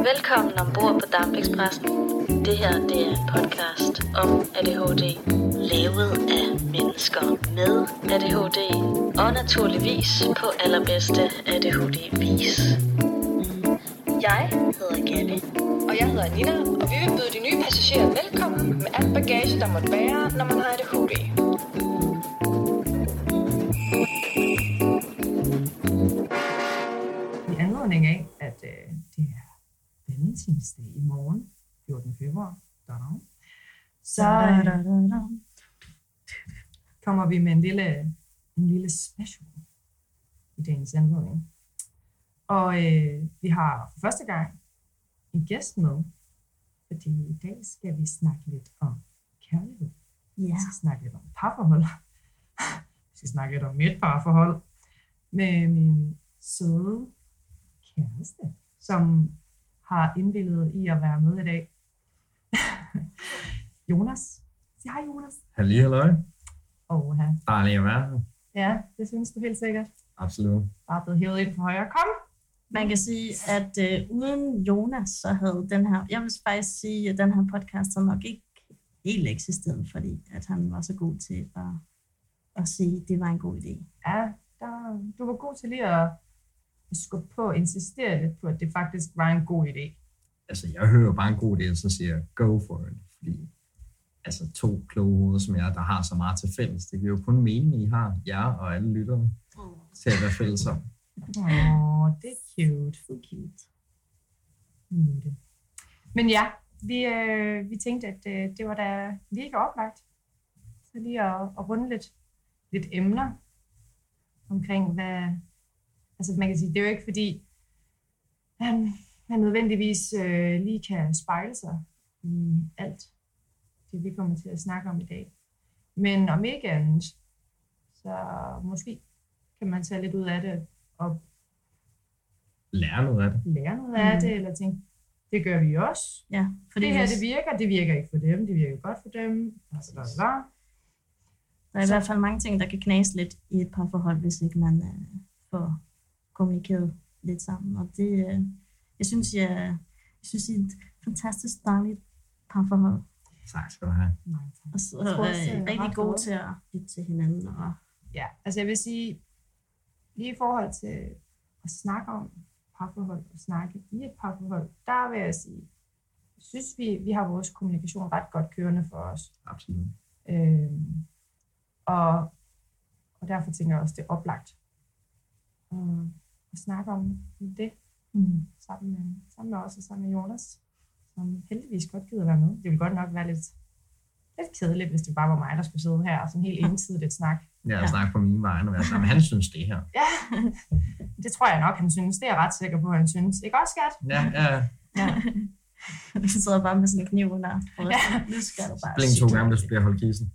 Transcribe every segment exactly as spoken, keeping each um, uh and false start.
Velkommen ombord på Dampexpressen. Det her det er en podcast om A D H D, lavet af mennesker med A D H D, og naturligvis på allerbedste A D H D-vis. Jeg hedder Gabi. Og jeg hedder Nina, og vi vil byde de nye passagerer velkommen med alt bagage, der måtte bære, når man har A D H D. I anledning af, at øh, det er valentinsdag i morgen, fjortende februar, så øh, kommer vi med en lille, en lille special i dagens anledning. Og øh, vi har for første gang en gæst med, fordi i dag skal vi snakke lidt om kærlighed. Ja. Vi skal snakke lidt om parforhold. Vi skal snakke lidt om mit parforhold med min søde kæreste, som har indvilliget i at være med i dag. Jonas. Sig hej, Jonas. Halli, halløj. Åh, ja. Dejligt at være her. Ja, det synes du helt sikkert. Absolut. Bare blevet hævet ind for højre. Kom! Man kan sige, at øh, uden Jonas, så havde den her, jeg vil faktisk sige, at den her podcast så nok ikke helt eksisteret, fordi at han var så god til at, at sige, at det var en god idé. Ja, der, du var god til lige at skubbe på og insistere lidt på, at det faktisk var en god idé. Altså, jeg hører bare en god idé, og så siger jeg, go for it. Fordi altså, to kloge hoveder som jeg, der har så meget til fælles, det giver jo kun mening, I har, jer og alle lyttere, til at være fælles om. Åh, oh, det er cute. Så cute. Mm. Men ja, vi, øh, vi tænkte, at øh, det var da lige oplagt. Så lige at, at runde lidt, lidt emner omkring, hvad... Altså man kan sige, det er jo ikke fordi, han, han nødvendigvis øh, lige kan spejle sig i alt det, vi kommer til at snakke om i dag. Men om ikke andet, så måske kan man tage lidt ud af det og lære noget af det. Lære noget af mm. det, eller tænke, det gør vi også. Ja, fordi det her, det virker, det virker ikke for dem, det virker godt for dem. Altså, der, der. der er i hvert fald mange ting, der kan knase lidt i et par forhold, hvis ikke man øh, får kommunikeret lidt sammen. Og det, øh, jeg synes, jeg, jeg synes, I er et fantastisk dejligt parforhold. Tak skal du have. Nej, og så er øh, rigtig gode til at lytte til hinanden. Og... Ja, altså jeg vil sige, lige i forhold til at snakke om parforhold og snakke i et parforhold, der vil jeg sige, jeg synes vi, vi har vores kommunikation ret godt kørende for os. Absolut. Øhm, og, og derfor tænker jeg også, det er oplagt at, at snakke om det mm. sammen, med, sammen med os og sammen med Jonas, som heldigvis godt gider være med. Det ville godt nok være lidt, lidt kedeligt, hvis det bare var mig, der skulle sidde her og sådan helt ensidigt snak. Ja, og snakke på mine vegne og være sammen. Han synes det her. Ja, det tror jeg nok, han synes. Det er jeg ret sikker på, han synes. Ikke også, skat? Ja, ja. Ja. Du sidder bare med sådan en kniv under. Ja. Nu skal du bare Bling to gange, hvis du bliver holdt kisen.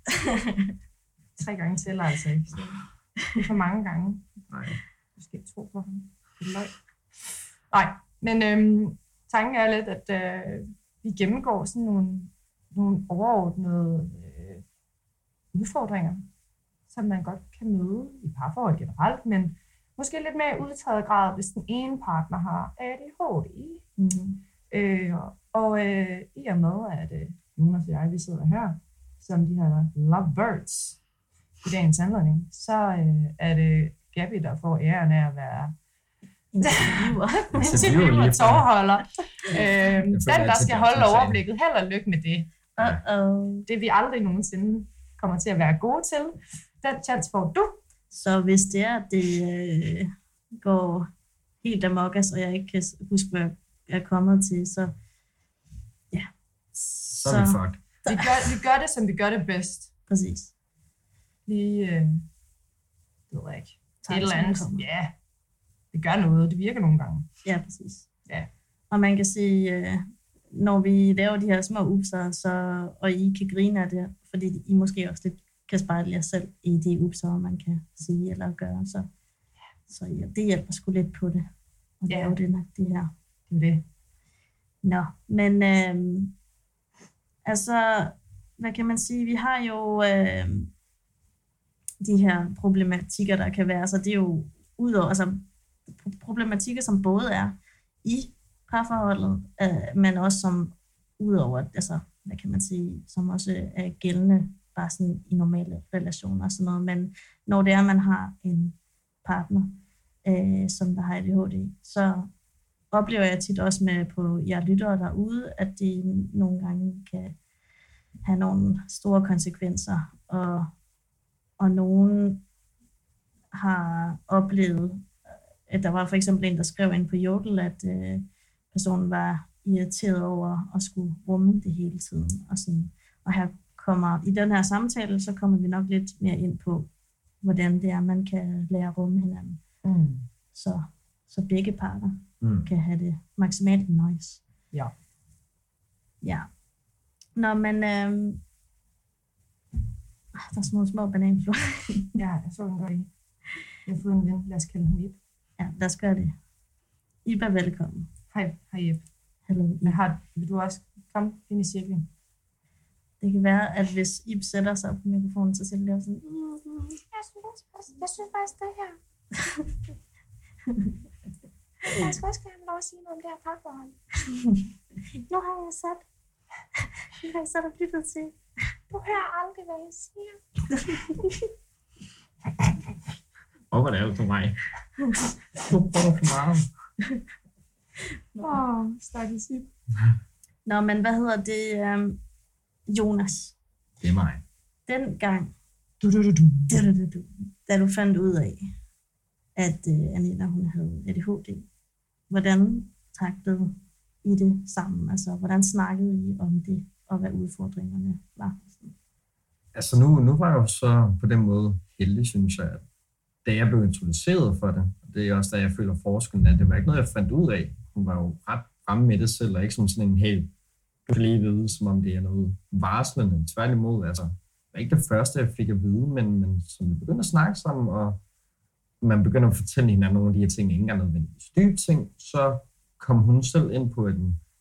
Tre gange til, altså ikke. Så det er for mange gange. Nej. Du skal ikke tro på ham. Det er løg. Nej, men øhm, tanken er lidt, at øh, vi gennemgår sådan nogle, nogle overordnede øh, udfordringer, som man godt kan møde i parforhold generelt, men måske lidt mere udtaget grad, hvis den ene partner har A D H D. Mm-hmm. Øh, og øh, i og med, at øh, Jonas og jeg, vi sidder her, som de her lovebirds i dagens anledning, så øh, er det Gabi, der får æren af at være interviewer. interviewer og tårholder. øh, den, der skal holde overblikket. Held og lykke med det. Uh-oh. Det vi aldrig nogensinde kommer til at være gode til. Den chance får du. Så hvis det er, at det øh, går helt amok, og jeg ikke kan huske, hvad jeg er kommet til, så ja. Så, så er vi fucked. Vi gør, vi gør det, som vi gør det bedst. Præcis. Lige, øh, det ved jeg ikke. Et eller andet. Ja, det gør noget. Det virker nogle gange. Ja, præcis. Ja. Og man kan sige, øh, når vi laver de her små upser, så, og I kan grine af det, fordi I måske også lidt kan spejle jer selv i de upser, man kan sige eller gøre. Så, så ja, det hjælper sgu lidt på det. Og ja. lave det, det her. Det er det. Nå, men øh, altså, hvad kan man sige? Vi har jo øh, de her problematikker, der kan være, så det er jo udover, altså problematikker, som både er i parforholdet, øh, men også som udover, altså, hvad kan man sige, som også er gældende bare sådan i normale relationer og sådan noget. Men når det er, at man har en partner, øh, som der har A D H D, så oplever jeg tit også med på jer lyttere derude, at de nogle gange kan have nogle store konsekvenser, og, og nogen har oplevet, at der var for eksempel en, der skrev ind på Jodel, at øh, personen var irriteret over at skulle rumme det hele tiden. Og, sådan. Og her kommer, i den her samtale, så kommer vi nok lidt mere ind på, hvordan det er, man kan lære at rumme hinanden. Mm. Så, så begge parter Mm. kan have det maksimalt nice. Ja. Ja. Nå, men øh, der er små, små bananfluer. Ja, jeg så den godt i. Jeg har fået en ven, lad os kalde ham Ip. Ja, lad os gøre det. Iba, velkommen. Hej, hej Ip. Hallo. Jeg har, vil du også komme ind i cirklen? Det kan være, at hvis Ib sætter sig på mikrofonen, så siger det sådan... Jeg synes faktisk, jeg synes faktisk det her. Jeg skal også gerne lov at sige noget om det her parforhold. Nu har jeg sat... Nu har jeg sat og lyttet til. Du hører aldrig, hvad jeg siger. Og hvad er det for mig? Du prøver for meget. Åh, oh, stakkels Ip. Nå, men hvad hedder det? Um, Jonas. Det er mig. Den gang, Du, du, du, du. du, du, du, da du fandt ud af, at uh, Anita, hun havde A D H D, hvordan taklede I det sammen? Altså, hvordan snakkede I om det, og hvad udfordringerne var? Altså nu, nu var jeg jo så på den måde heldig, synes jeg, at da jeg blev introduceret for det, og det er også da jeg føler forskellen, at det var ikke noget, jeg fandt ud af. Hun var jo ret fremme med det selv, og ikke som sådan en helt, du kan lige vide, som om det er noget varslende. Tværtimod, altså, det var ikke det første, jeg fik at vide, men, men som vi begyndte at snakke sammen, og man begynder at fortælle hinanden nogle af de her ting, ikke engang nødvendigvis dybe ting, så kom hun selv ind på, at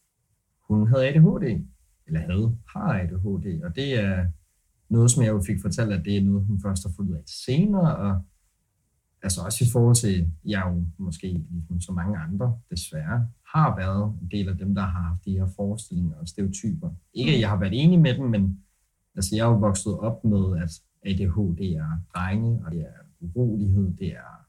hun havde A D H D, eller havde, har A D H D, og det er noget, som jeg jo fik fortalt, at det er noget, hun først har fundet ud af senere, og altså også i forhold til, jeg jo måske ligesom så mange andre, desværre, har været en del af dem, der har haft de her forestillinger og stereotyper. Ikke at jeg har været enig med dem, men altså, jeg er jo vokset op med, at A D H D er drenge, og det er urolighed, det er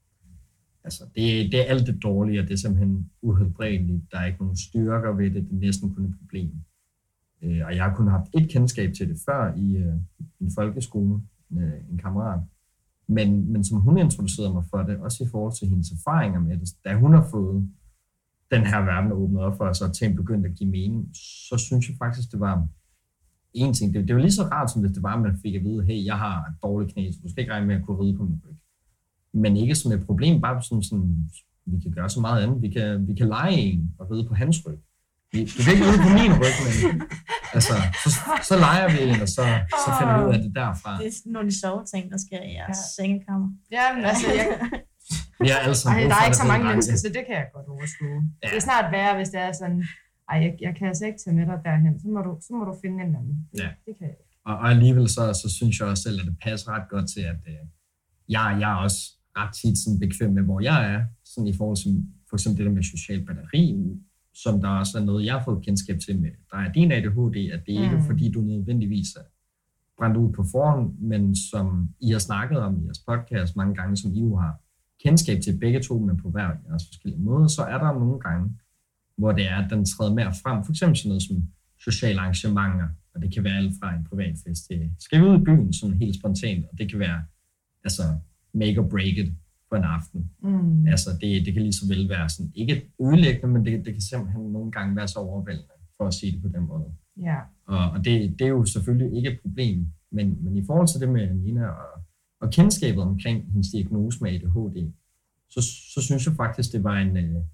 altså, det, det er alt det dårlige, og det er simpelthen uhelbredeligt. Der er ikke nogen styrker ved det, det er næsten kun et problem. Øh, og jeg har kun haft et kendskab til det før i øh, en folkeskole, øh, en kammerat. Men, men som hun introducerede mig for det, også i forhold til hendes erfaringer med det, da hun har fået den her verden åbnet op for os, og ting begyndte at give mening, så synes jeg faktisk, det var en ting. Det, det var lige så rart, som hvis det var, at man fik at vide, hey, jeg har et dårligt knæ, så du skal ikke regne med at kunne ride på min ryg. Men ikke som et problem, bare sådan, sådan vi kan gøre så meget andet. Vi kan, vi kan lege en og ride på hans ryg. Vi, du kan ikke ride på min ryg, men altså, så, så leger vi en, og så, så finder vi ud af det derfra. Det er nogle af de sjove ting, der sker i jeres ja. sengekammer. Ja, men altså, jeg... Vi er alle sammen. Ej, der er ikke så mange mennesker, så det kan jeg godt overskue. Ja. Det er snart værre, hvis det er sådan, ej, jeg, jeg kan altså ikke tage med dig derhen, så må du, så må du finde en anden. Det, ja. det kan jeg ikke. Og, og alligevel så, så synes jeg også selv, at det passer ret godt til, at øh, jeg, jeg er også ret tit sådan bekvem med, hvor jeg er, sådan i forhold til for eksempel det der med social batteri, som der også er noget, jeg har fået kendskab til med dig og din A D H D, at det ikke er, mm. fordi du nødvendigvis er brændt ud på forhånd, men som I har snakket om i jeres podcast mange gange, som I jo har kendskab til begge to, men på hver jeres forskellige måder, så er der nogle gange, hvor det er, at den træder mere frem. For eksempel sådan noget som sociale arrangementer, og det kan være alt fra en privatfest til, skal vi ud i byen sådan helt spontant, og det kan være altså make or break it på en aften. Mm. Altså det, det kan lige så vel være sådan, ikke ødelæggende, men det, det kan simpelthen nogle gange være så overvældende, for at sige det på den måde. Yeah. Og, og det, det er jo selvfølgelig ikke et problem, men, men i forhold til det med Nina og, og kendskabet omkring hendes diagnose med A D H D, så, så synes jeg faktisk, det var en,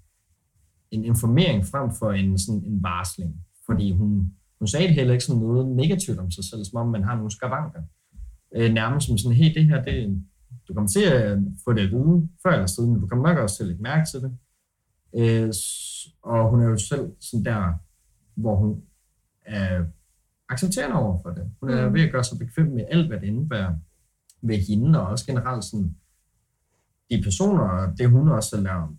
en informering frem for en, sådan en varsling. Fordi hun, hun sagde det heller ikke sådan noget negativt om sig selv, som om man har nogle skavanker. Øh, nærmest som sådan, hey, det her, det, du kommer til at få det at vide før eller siden, men du kommer nok også til at lægge mærke til det. Øh, og hun er jo selv sådan der, hvor hun er accepterende over for det. Hun er ved at gøre sig bekvem med alt, hvad det indebærer ved hende, og også generelt sådan de personer, og det hun også lærer om det.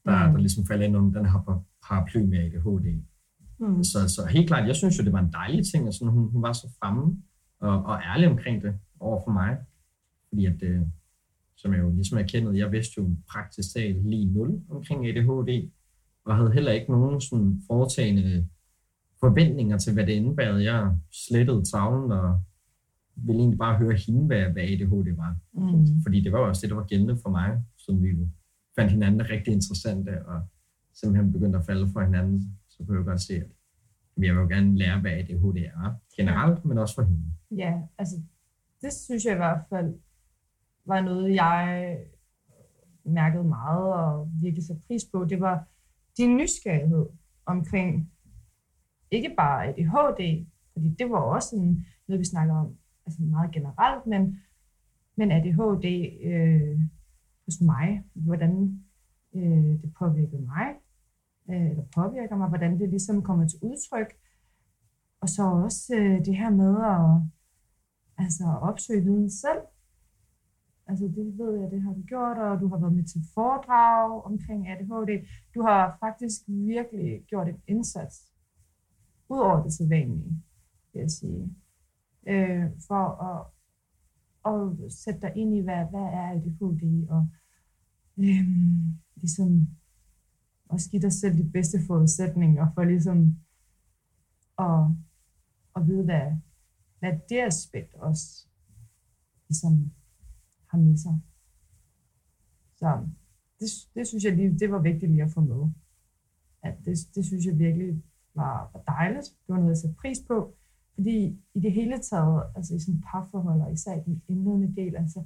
der, Mm. der ligesom falder ind under den her paraply med A D H D. Mm. Så, så helt klart, jeg synes jo, det var en dejlig ting, at sådan, hun, hun var så fremme og, og ærlig omkring det over for mig. Fordi at, øh, som jeg jo ligesom erkendte, jeg vidste jo praktisk talt lige nul omkring A D H D, og havde heller ikke nogen sådan foretagende forventninger til, hvad det indebærede. Jeg slettede tavlen og ville egentlig bare høre hende, hvad, hvad A D H D var. Mm. Fordi det var jo også det, der var gældende for mig, som vi jo fandt hinanden rigtig interessante, og simpelthen begyndte at falde for hinanden, så kunne jeg jo godt se, at jeg vil jo gerne lære, hvad A D H D er generelt, men også for hende. Ja, altså det synes jeg i hvert fald var noget, jeg mærkede meget og virkelig så pris på. Det var din nysgerrighed omkring ikke bare A D H D, fordi det var også en, noget, vi snakker om altså meget generelt, men, men A D H D øh, hos mig, hvordan øh, det påvirkede mig, øh, eller påvirker mig, hvordan det ligesom kommer til udtryk. Og så også øh, det her med at altså, opsøge viden selv. Altså det ved jeg, det har du gjort, og du har været med til foredrag omkring A D H D. Du har faktisk virkelig gjort en indsats, ud over det sædvanlige, vil jeg sige, øh, for at, at sætte dig ind i, hvad, hvad er A D H D, og øh, ligesom også give dig selv de bedste forudsætninger for ligesom at, at vide, hvad, hvad det aspekt også ligesom har med sig. Så det, det synes jeg lige, det var vigtigt lige at få med. At det, det synes jeg virkelig var, var dejligt. Det var noget, jeg satte pris på. Fordi i det hele taget, altså i sådan parforhold, og især i den indledende del, altså,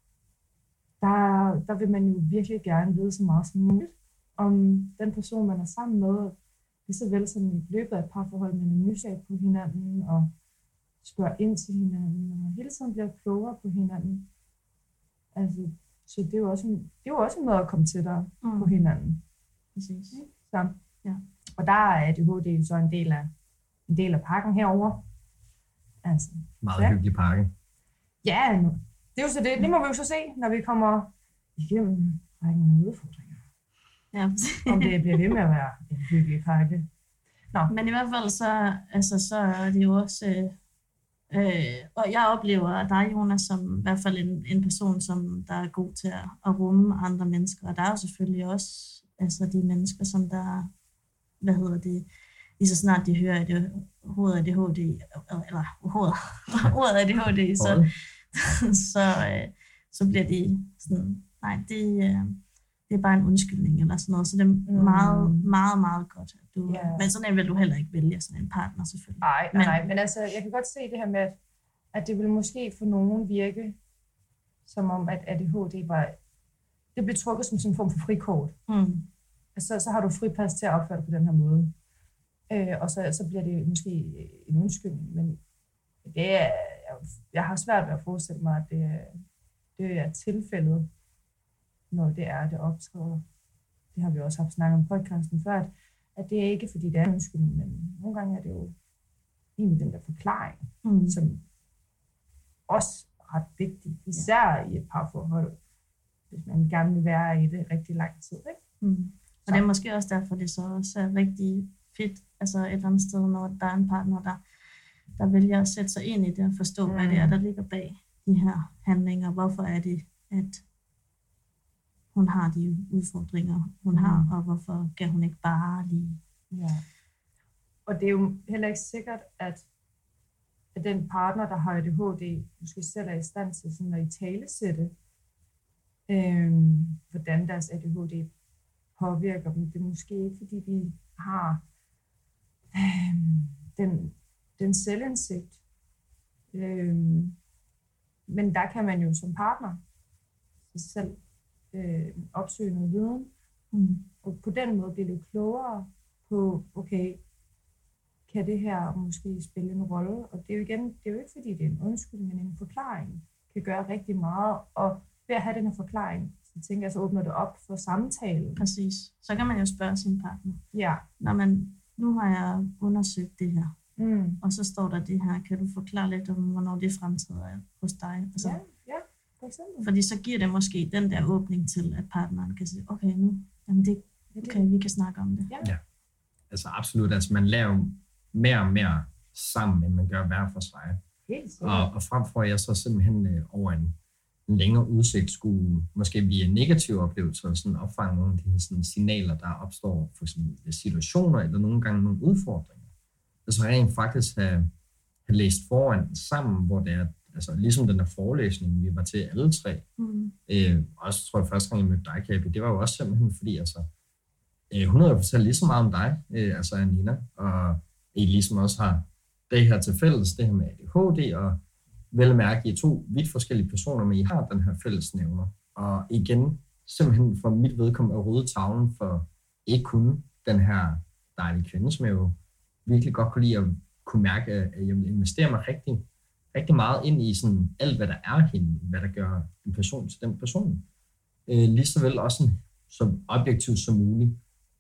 der, der vil man jo virkelig gerne vide så meget som muligt om den person, man er sammen med. Lige så vel som i løbet af et parforhold, man er nysgerrig på hinanden, og spørger ind til hinanden, og hele tiden bliver klogere på hinanden. Altså, så det er jo også en, det er jo også en måde at komme tættere mm. på hinanden. Præcis. Så, ja. Og der er A D H D jo så en del af, en del af pakken herover. Altså, meget ja. Hyggelig pakke. Ja, det er jo så det. Det må vi jo så se, når vi kommer igennem rækken af udfordringer. Ja. Om det bliver ved med at være en hyggelig pakke. Nå. Men i hvert fald så, altså, så er det jo også... Øh, og jeg oplever dig, Jonas, som i hvert fald en, en person, som der er god til at, at rumme andre mennesker. Og der er jo selvfølgelig også altså, de mennesker, som der, hvad hedder det, lige så snart de hører det, hovedet af A D H D, eller hovedet, ordet af A D H D, så, så, øh, så bliver de sådan, nej, det, øh, det er bare en undskyldning eller sådan noget. Så det er meget, mm. meget, meget godt. At du, yeah. Men sådan en vil du heller ikke vælge, sådan en partner selvfølgelig. Nej, nej, nej, men altså, jeg kan godt se det her med, at, at det vil måske for nogen virke, som om, at A D H D var, det bliver trukket som sådan en form for frikort. Mm. Altså, så har du fripas til at opføre det på den her måde. Øh, og så, så bliver det måske en undskyldning, men det er, jeg har svært ved at forestille mig, at det, det er tilfældet, når det er, det optræder. Det har vi også haft snakket om podcasten før, at, at det er ikke, fordi det er en undskyldning, men nogle gange er det jo egentlig den der forklaring, mm. som også er ret vigtig, især ja. I et parforhold, hvis man gerne vil være i det rigtig lang tid. Ikke? Mm. Og det er måske også derfor, det så også er rigtig fedt, altså et eller andet sted, når der er en partner, der, der vælger at sætte sig ind i det og forstå, mm. hvad det er, der ligger bag de her handlinger. Hvorfor er det, at hun har de udfordringer, hun har, mm. og hvorfor kan hun ikke bare lige... Ja. Og det er jo heller ikke sikkert, at, at den partner, der har A D H D, måske selv er i stand til sådan at italesætte, øhm, hvordan deres A D H D påvirker dem. Det er måske ikke, fordi de har øhm, den, den selvindsigt. Øhm, men der kan man jo som partner selv øh, opsøge noget viden, mm. og på den måde blive lidt klogere på, okay, kan det her måske spille en rolle? Og det er jo igen, det er jo ikke fordi, det er en undskyldning, men en forklaring kan gøre rigtig meget, og ved at have den her forklaring, så tænker jeg, så åbner det op for samtale. Præcis. Så kan man jo spørge sin partner. Ja. Når man, nu har jeg undersøgt det her, mm. og så står der det her, kan du forklare lidt om, hvornår det fremtræder hos dig? Altså, ja, ja, for eksempel. Fordi så giver det måske den der åbning til, at partneren kan sige, okay, nu, jamen det, okay, vi kan snakke om det. Ja. Ja. Altså absolut, altså man lærer jo mere og mere sammen, end man gør hver for sig. Helt Og, og frem for at jeg så simpelthen øh, over en, en længere udsigt skulle måske via negative oplevelser sådan opfange nogle af de her sådan, signaler, der opstår for eksempel situationer eller nogle gange nogle udfordringer. Altså rent faktisk have, have læst foran sammen, hvor det er, altså ligesom den der forelæsning, vi var til alle tre. Mm. Øh, også tror jeg første gang, jeg mødte dig, Kabi, det var jo også simpelthen fordi, altså, øh, hun havde jo fortalt lige så meget om dig, øh, altså Anina, og I ligesom også har det her til fælles, det her med A D H D, og vel at mærke, I er to vidt forskellige personer, men I har den her fællesnævner. Og igen, simpelthen for mit vedkommende at rydde tavlen for ikke kun den her dejlige kvinde, som jeg jo virkelig godt kunne lide at kunne mærke, at jeg vil investere mig rigtig, rigtig meget ind i sådan alt, hvad der er hende, hvad der gør en person til den person. Øh, lige så vel også sådan, så objektivt som muligt.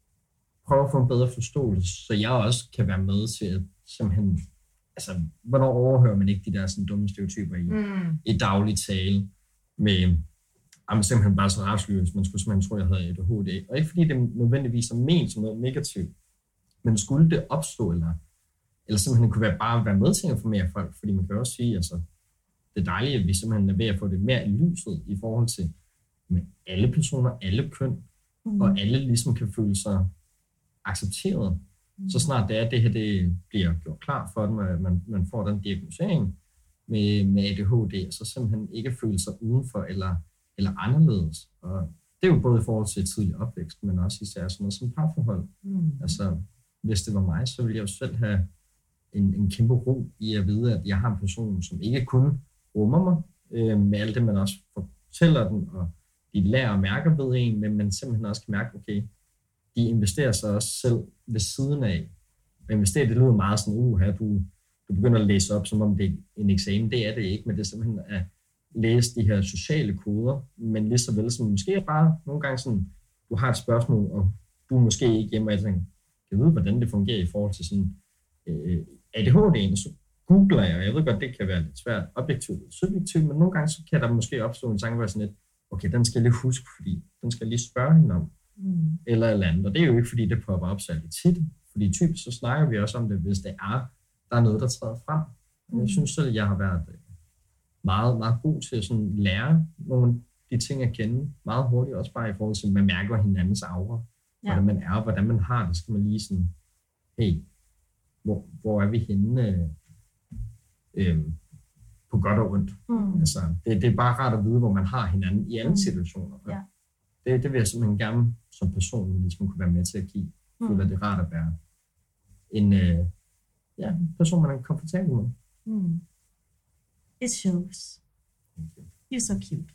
Prøve at få en bedre forståelse, så jeg også kan være med til at simpelthen, altså, hvornår overhører man ikke de der sådan dumme stereotyper i, mm. i daglig tale med, jamen simpelthen bare så retsløs, man skulle simpelthen tro, jeg havde A D H D. Og ikke fordi det nødvendigvis er ment som noget negativt, men skulle det opstå, eller, eller simpelthen kunne være bare være med til at informere folk, fordi man kan også sige, altså, det er dejligt, at vi simpelthen er ved at få det mere i lyset i forhold til med alle personer, alle køn, mm. og alle ligesom kan føle sig accepteret. Mm. Så snart det er, det her det bliver gjort klar for dem, at man, man får den diagnosering med, med A D H D, så simpelthen ikke føle sig udenfor eller, eller anderledes. Og det er jo både i forhold til tidlig opvækst, men også især sådan noget som parforhold. Mm. Altså, hvis det var mig, så ville jeg jo selv have en, en kæmpe ro i at vide, at jeg har en person, som ikke kun rummer mig, øh, med alt det, man også fortæller den, og de lærer og mærker ved en, men man simpelthen også kan mærke, okay, de investerer sig også selv ved siden af. Og investere, det lyder meget sådan, uh, her, du, du begynder at læse op, som om det er en eksamen. Det er det ikke, men det er simpelthen at læse de her sociale koder, men lige så vel som måske bare nogle gange sådan, du har et spørgsmål, og du er måske ikke hjemme, og jeg tænker, kan vide, hvordan det fungerer i forhold til sådan øh, A D H D'en, så googler jeg, og jeg ved godt, det kan være lidt svært objektivt og subjektivt, men nogle gange så kan der måske opstå en tanke, hvor sådan lidt, okay, den skal jeg lige huske, fordi den skal jeg lige spørge hende om, mm. eller eller andet, og det er jo ikke, fordi det popper op særlig tit, fordi typisk så snakker vi også om det, hvis det er, der er noget, der træder frem. Mm. Jeg synes selv, at jeg har været meget, meget god til at sådan lære nogle af de ting at kende, meget hurtigt, også bare i forhold til, at man mærker hinandens aura, ja. Hvordan man er, hvordan man har det, skal man lige sådan, hey, hvor, hvor er vi henne øh, øh, på godt og ondt. Mm. Altså, det, det er bare rart at vide, hvor man har hinanden i alle situationer. Ja. Det, det vil jeg simpelthen gerne som person ligesom kunne være med til at give. Mm. Føler det er rart at være en øh, ja, person, man er komfortabel med. Mm. It shows. You're so cute.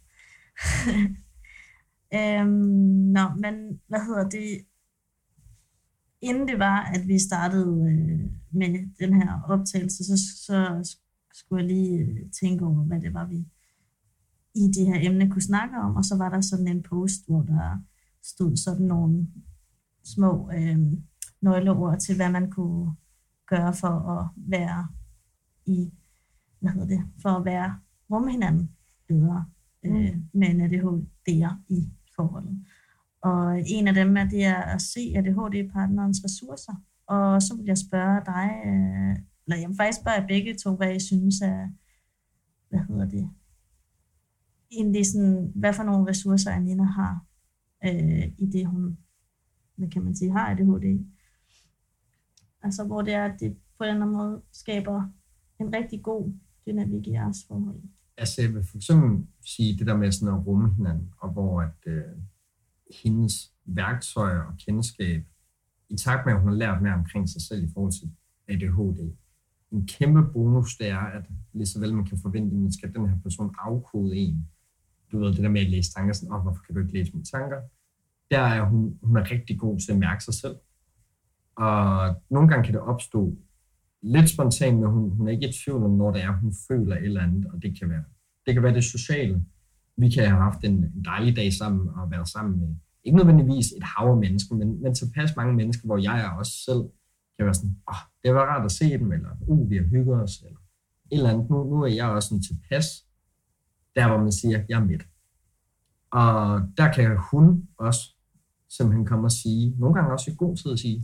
um, Nå, men hvad hedder det? Inden det var, at vi startede øh, med den her optagelse, så, så skulle jeg lige tænke over, hvad det var, vi i det her emne kunne snakke om. Og så var der sådan en post, hvor der stod sådan nogle små øh, nøgleord til, hvad man kunne gøre for at være i, hvad hedder det, for at være rumme hinanden bedre øh, mm. med en A D H D'er i forholdet. Og en af dem er, det er at se A D H D-partnerens ressourcer. Og så vil jeg spørge dig, øh, eller jeg vil faktisk spørge begge to, hvad I synes er, hvad hedder det, egentlig sådan, hvad for nogle ressourcer Anina har øh, i det, hun, hvad kan man sige, har A D H D. Altså, hvor det er, at det på en eller anden måde skaber en rigtig god dynamik i jeres forhold. Altså, jeg vil for eksempel sige det der med sådan at rumme hinanden, og hvor at øh, hendes værktøjer og kendskab, i takt med, at hun har lært mere omkring sig selv i forhold til A D H D, en kæmpe bonus, det er, at lige så vel man kan forvente, at skal den her person afkode en. Du ved, det der med at læse tanker, sådan, åh, oh, hvorfor kan du ikke læse mine tanker? Der er hun, hun er rigtig god til at mærke sig selv. Og nogle gange kan det opstå lidt spontant, men hun, hun er ikke i tvivl om, når det er, hun føler et eller andet, og det kan være det, kan være det sociale. Vi kan have haft en, en dejlig dag sammen og været sammen med, ikke nødvendigvis et hav af mennesker, men, men tilpas mange mennesker, hvor jeg er også selv kan være sådan, åh, oh, det var rart at se dem, eller uh, vi har hygget os, eller et eller andet. Nu, nu er jeg også sådan tilpas, der hvor man siger, jeg er midt. Og der kan hun også simpelthen komme og sige, nogle gange også i god tid at sige,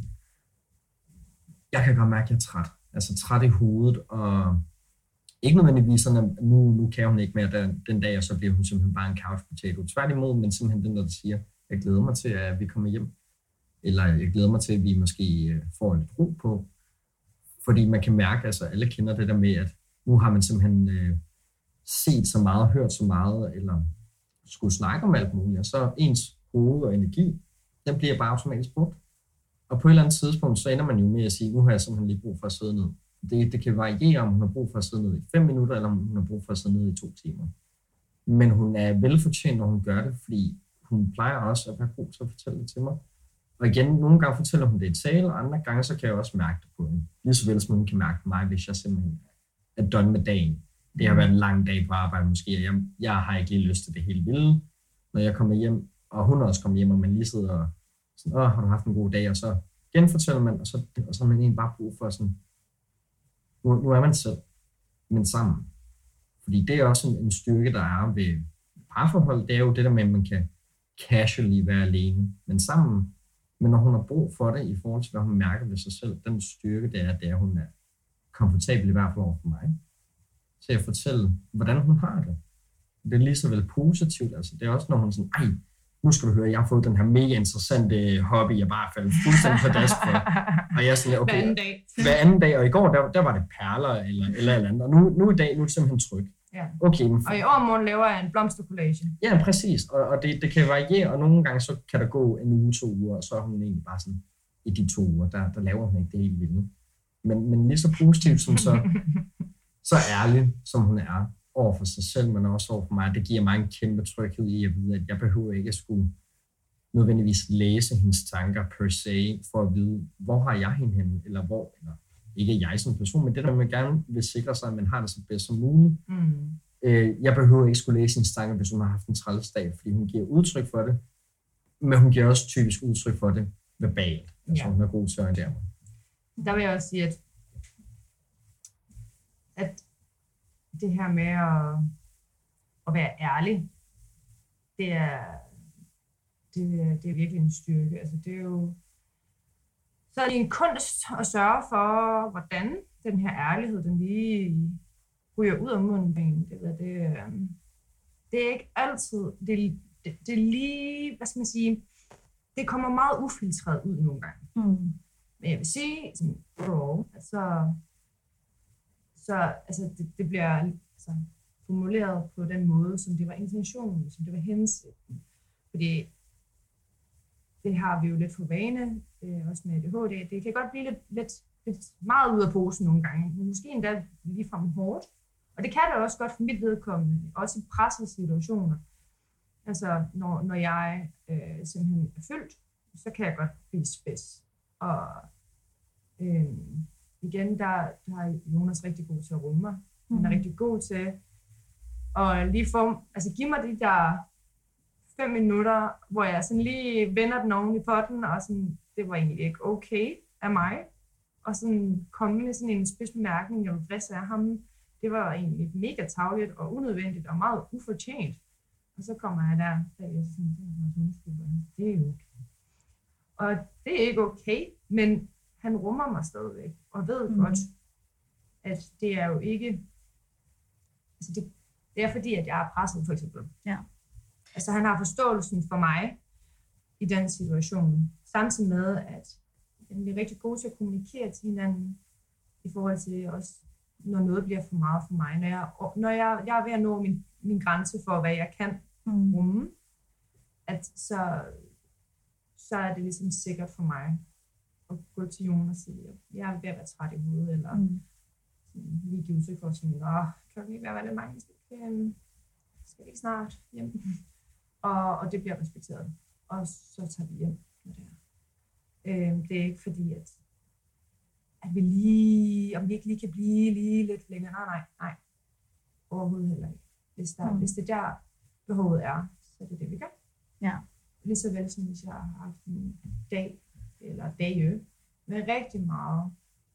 jeg kan godt mærke, at jeg er træt. Altså træt i hovedet, og ikke nødvendigvis sådan, at nu, nu kan hun ikke mere den, den dag, og så bliver hun simpelthen bare en couch potato. Tværtimod, men simpelthen den, der siger, jeg glæder mig til, at vi kommer hjem. Eller jeg glæder mig til, at vi måske får lidt ro på. Fordi man kan mærke, altså alle kender det der med, at nu har man simpelthen øh, set så meget, hørt så meget, eller skulle snakke om alt muligt, og så ens hoved og energi, den bliver bare automatisk brugt. Og på et eller andet tidspunkt, så ender man jo med at sige, nu har jeg simpelthen lige brug for at sidde ned. Det, det kan variere, om hun har brug for at sidde ned i fem minutter, eller om hun har brug for at sidde ned i to timer. Men hun er velfortjent, når hun gør det, fordi hun plejer også at være god til at fortælle det til mig. Og igen, nogle gange fortæller hun det i tale, og andre gange, så kan jeg også mærke det på hende. Lige så vel som hun kan mærke på mig, hvis jeg simpelthen er done med dagen. Det har været en lang dag på arbejde måske, og jeg, jeg har ikke lige lyst til det hele vilde. Når jeg kommer hjem, og hun også kommer hjem, og man lige sidder og sådan, åh, har du haft en god dag? Og så genfortæller man, og så, og så har man egentlig bare brug for sådan, nu, nu er man selv, men sammen. Fordi det er også en, en styrke, der er ved parforhold. Det er jo det der med, at man kan casually være alene, men sammen. Men når hun har brug for det, i forhold til, hvad hun mærker ved sig selv, den styrke, det er, det er, at hun er komfortabel i hvert fald over for mig. Til at fortælle, hvordan hun har det. Det er lige så vel positivt. Altså, det er også, når hun er sådan, ej, nu skal du høre, jeg har fået den her mega interessante hobby, jeg bare faldt fuldstændig på dask for. Og jeg er sådan, okay, hver anden dag. Hver anden dag, og i går, der, der var det perler eller eller eller andet. Og nu, nu i dag, nu er det simpelthen tryg. Ja. Okay, men, og i overmorgen laver jeg en blomstercollage. Ja, præcis. Og, og det, det kan variere, og nogle gange så kan der gå en uge, to uger, og så er hun egentlig bare sådan, i de to uger, der, der laver hun ikke det helt vilde. Men, men lige så positivt som så, så ærlig, som hun er over for sig selv, men også over for mig, det giver mig en kæmpe tryghed i at vide, at jeg behøver ikke at skulle nødvendigvis læse hendes tanker per se, for at vide, hvor har jeg hende henne, eller hvor, eller ikke jeg som person, men det der, man gerne vil sikre sig, at man har det så bedst som muligt. Mm. Øh, jeg behøver ikke skulle læse hendes tanker, hvis hun har haft en træls dag, fordi hun giver udtryk for det, men hun giver også typisk udtryk for det verbalt, altså ja. Hun er god til at orientere mig. Der vil jeg også sige, at, at det her med at, at være ærlig, det er, det, det er virkelig en styrke. Altså, det er jo så er det en kunst at sørge for, hvordan den her ærlighed, den lige ryger ud af munden. Det, det, det, det er ikke altid, det, det, det er lige, hvad skal man sige, det kommer meget ufiltreret ud nogle gange. Mm. Men jeg vil sige, sådan, bro, altså, så altså, det, det bliver altså, formuleret på den måde, som det var intentionen, som det var hensigten. Fordi det har vi jo lidt for vane, øh, også med A D H D. Det kan godt blive lidt, lidt, lidt meget ud af posen nogle gange, men måske endda ligefrem hårdt. Og det kan det også godt for mit vedkommende, også i pressede situationer. Altså, når, når jeg øh, simpelthen er fyldt, så kan jeg godt blive spids. Og øh, igen, der, der er Jonas rigtig god til at rumme mig. Han er mm. rigtig god til at lige få, altså give mig de der fem minutter, hvor jeg sådan lige vender den oven i potten, og sådan, det var egentlig ikke okay af mig. Og sådan komme med sådan en spidsbemærkning, jeg var frisk af ham. Det var egentlig mega tarveligt og unødvendigt og meget ufortjent. Og så kommer jeg der, og jeg sådan, det er okay. Og det er ikke okay, men han rummer mig stadigvæk, og ved mm. godt, at det er jo ikke, altså det, det er fordi, at jeg er presset, for eksempel. Ja. Altså han har forståelsen for mig i den situation, samtidig med, at vi er rigtig gode til at kommunikere til hinanden, i forhold til også, når noget bliver for meget for mig. Når jeg, når jeg, jeg er ved at nå min, min grænse for, hvad jeg kan mm. rumme, at så, så er det ligesom sikkert for mig at gå til Jon og sige, at jeg er ved at være træt i hovedet, eller mm. lige give udtryk for sådan, åh, klokken ikke være lidt mange, skal vi skal ikke snart hjem? Og, og det bliver respekteret. Og så tager vi hjem med det her. Øhm, det er ikke fordi, at, at vi lige, om vi ikke lige kan blive lige lidt længere. Nej, nej, nej. Overhovedet heller ikke. Hvis, der, mm. hvis det der behovet er, så er det det, vi gør. Ja. Lige så vel som hvis jeg har haft en dag, eller dage, med rigtig meget.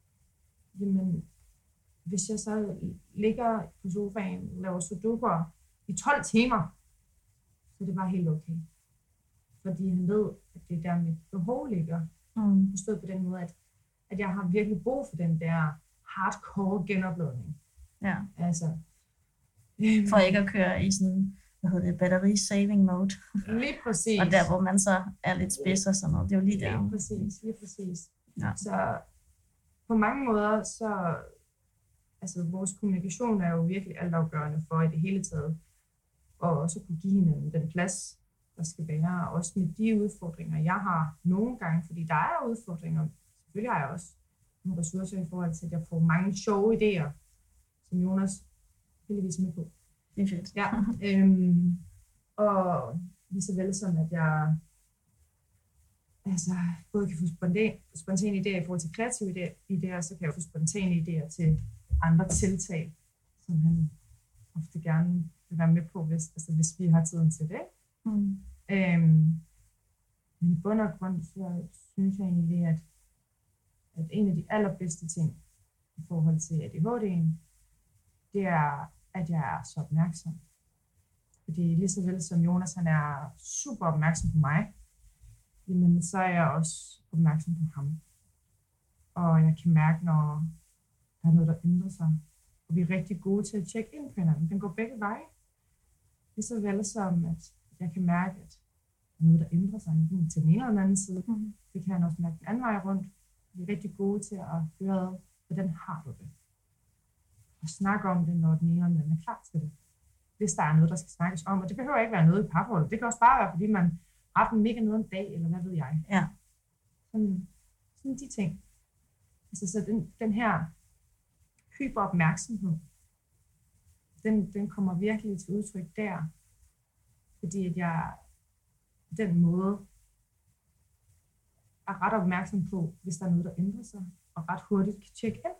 Jamen, hvis jeg så ligger på sofaen og laver sudoku i tolv timer, så er det bare helt okay. fordi han ved, at det er der mit behov ligger. Mm. Forstået på den måde, at, at jeg har virkelig brug for den der hardcore genopladning. Ja. Altså, For ikke at køre i sådan, hvad hedder det, battery saving mode. lige præcis. Og der, hvor man så er lidt spids og sådan noget, det er jo lige der. Lige præcis, lige præcis. Ja. Så på mange måder, så altså vores kommunikation er jo virkelig altafgørende for i det hele taget. Og også kunne give hinanden den plads, der skal være. Også med de udfordringer, jeg har nogle gange, fordi der er udfordringer. Selvfølgelig har jeg også nogle ressourcer i forhold til, at jeg får mange sjove idéer, som Jonas heldigvis er med på. Det er fedt. Ja, øhm, og lige så vel som, at jeg altså, både kan få spontane, spontane idéer i forhold til kreative idéer, idéer, så kan jeg få spontane idéer til andre tiltag, som han ofte gerne vil være med på, hvis, altså, hvis vi har tiden til det. Mm. Øhm, men i bund og grund, så synes jeg egentlig, at, at en af de allerbedste ting i forhold til A D H D'en, det er, at jeg er så opmærksom. Fordi lige så vel som Jonas, han er super opmærksom på mig, jamen så er jeg også opmærksom på ham. Og jeg kan mærke, når der er noget, der ændrer sig. Og vi er rigtig gode til at tjekke ind på hinanden. Den går begge veje. Lige så vel som, at jeg kan mærke, at der er noget, der ændrer sig til den ene eller den anden side. Mm. Det kan jeg også mærke den anden vej rundt. Vi er rigtig gode til at høre, hvordan har du det? Og snakke om det, når den ene eller den anden er klar til det. Hvis der er noget, der skal snakkes om. Og det behøver ikke være noget i parforholdet. Det kan også bare være, fordi man har haft en mega noget en dag, eller hvad ved jeg. Ja. Sådan, sådan de ting. Altså, så den, den her hyperopmærksomhed, den, den kommer virkelig til udtryk der. Fordi at jeg på den måde er ret opmærksom på, hvis der er noget, der ændrer sig, og ret hurtigt kan tjekke ind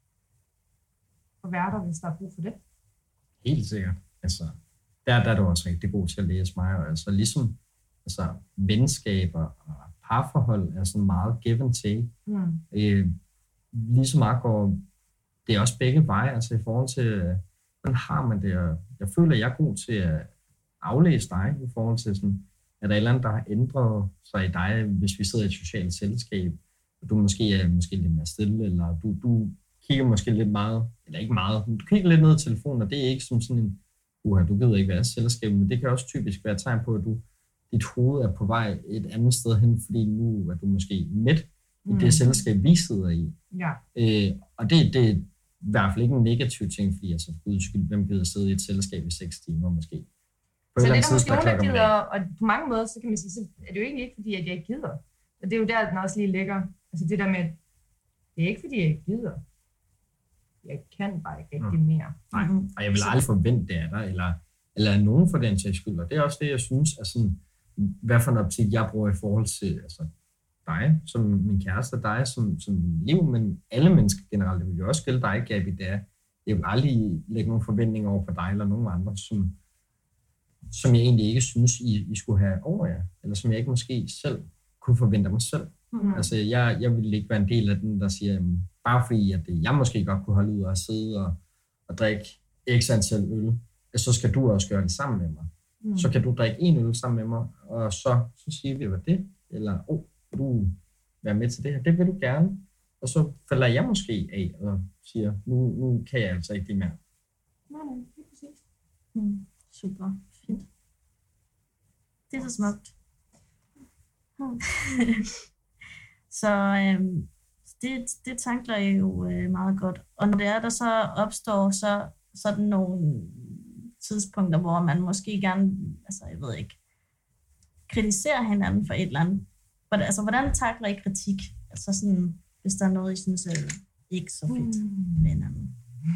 og være der, hvis der er brug for det. Helt sikkert. Altså, der, der er du også rigtig god til at læse mig, og altså ligesom altså, venskaber og parforhold er sådan meget give and take. Mm. Øh, lige så meget går det er også begge veje, altså i forhold til, hvordan har man det, og jeg føler, at jeg er god til at aflæse dig i forhold til sådan, er der et eller andet, der har ændret sig i dig, hvis vi sidder i et socialt selskab, og du måske er måske lidt mere stille, eller du, du kigger måske lidt meget, eller ikke meget, men du kigger lidt ned i telefonen, og det er ikke som sådan en, uha, du gider ikke være selskab, men det kan også typisk være et tegn på, at du, dit hoved er på vej et andet sted hen, fordi nu er du måske midt i det mm. selskab, vi sidder i. Ja. Øh, og det, det er i hvert fald ikke en negativ ting, fordi altså, for guds skyld, hvem gider sidde i et selskab i seks timer måske? På så det er der måske nogen, der gider, og på mange måder, så kan man sige, så er det jo egentlig ikke, fordi at jeg ikke gider. Og det er jo der, den også lige ligger. Altså det der med, det er ikke, fordi jeg ikke gider. Jeg kan bare ikke rigtig mere. Nej, og jeg vil aldrig forvente det af dig, eller, eller af nogen for den sags skyld. Og det er også det, jeg synes, er sådan, hvad for en optik, jeg bruger i forhold til altså, dig, som min kæreste, dig som, som min liv, men alle mennesker generelt. Det vil jo også gælde dig, Gabi, det er, jeg vil aldrig lægge nogen forventninger over på dig eller nogen andre, som, som jeg egentlig ikke synes, I, I skulle have over jer, eller som jeg ikke måske selv kunne forvente mig selv. Mm-hmm. Altså, jeg, jeg ville ikke være en del af den, der siger, jamen, bare fordi at jeg måske godt kunne holde ud og sidde og, og drikke x antal øl, så skal du også gøre det sammen med mig. Mm. Så kan du drikke en øl sammen med mig, og så, så siger vi, hvad det eller åh, oh, vil du være med til det her? Det vil du gerne. Og så falder jeg måske af og siger, nu, nu kan jeg altså ikke det mere. Nej, nej, det er præcis. Mm. Super, fint. Det er så smukt. Mm. så øhm, det, det tankler jeg jo øh, meget godt. Og når det er, der så opstår så sådan nogle tidspunkter, hvor man måske gerne, altså jeg ved ikke, kritiserer hinanden for et eller andet. Hvordan, altså, hvordan takler I kritik? Altså sådan, hvis der er noget, I synes er ikke så fedt med hinanden.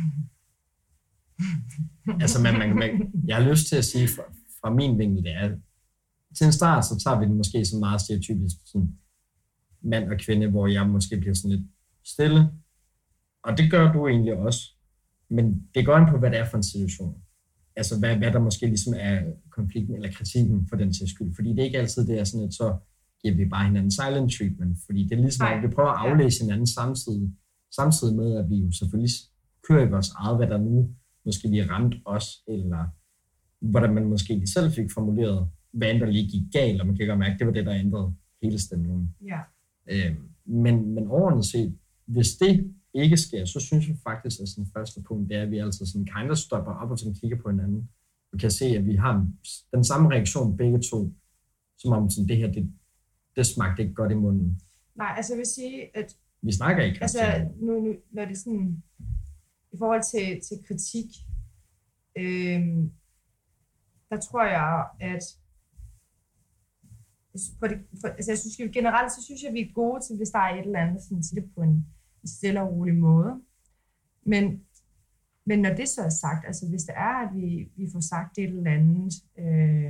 Altså, man, man, man, jeg har lyst til at sige fra, fra min vinkel, det er, til en start, så tager vi det måske sådan meget stereotypisk, sådan mand og kvinde, hvor jeg måske bliver sådan lidt stille. Og det gør du egentlig også. Men det går ind på, hvad det er for en situation. Altså, hvad, hvad der måske ligesom er konflikten eller kritikken for den til skyld. Fordi det er ikke altid, det er sådan, at så giver vi bare hinanden silent treatment. Fordi det er ligesom, at vi prøver at aflæse hinanden samtidig. Samtidig med, at vi jo selvfølgelig kører i vores eget, hvad der nu måske lige ramt os, eller hvordan man måske selv fik formuleret hvad end der lige gik galt, og man kan godt mærke, at det var det, der ændrede hele stemningen. Ja. Øh, men, men overordnet set, hvis det ikke sker, så synes jeg faktisk, at sådan første punkt, det er, at vi altså sådan kind of stopper op og sådan kigger på hinanden. Vi kan se, at vi har den samme reaktion begge to, som om sådan, det her, det, det smagte ikke godt i munden. Nej, altså jeg vil sige, at vi snakker ikke. Altså, nu, nu, når det er sådan, i forhold til, til kritik, øh, der tror jeg, at for det, for, altså jeg synes, generelt så synes jeg, at vi er gode til, hvis der er et eller andet, sådan at sige det på en stille og rolig måde. Men, men når det så er sagt, altså hvis det er, at vi, vi får sagt et eller andet, øh,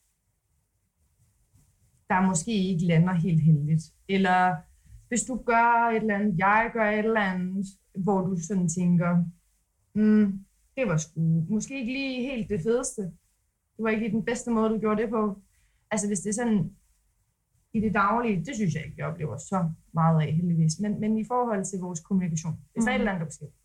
der måske ikke lander helt heldigt, eller hvis du gør et eller andet, jeg gør et eller andet, hvor du sådan tænker, mm, det var sgu måske ikke lige helt det fedeste. Det var ikke lige den bedste måde, du gjorde det på. Altså hvis det er sådan, i det daglige, det synes jeg ikke, jeg oplever så meget af, heldigvis. Men, men i forhold til vores kommunikation, hvis mm. der er et eller andet, der sker,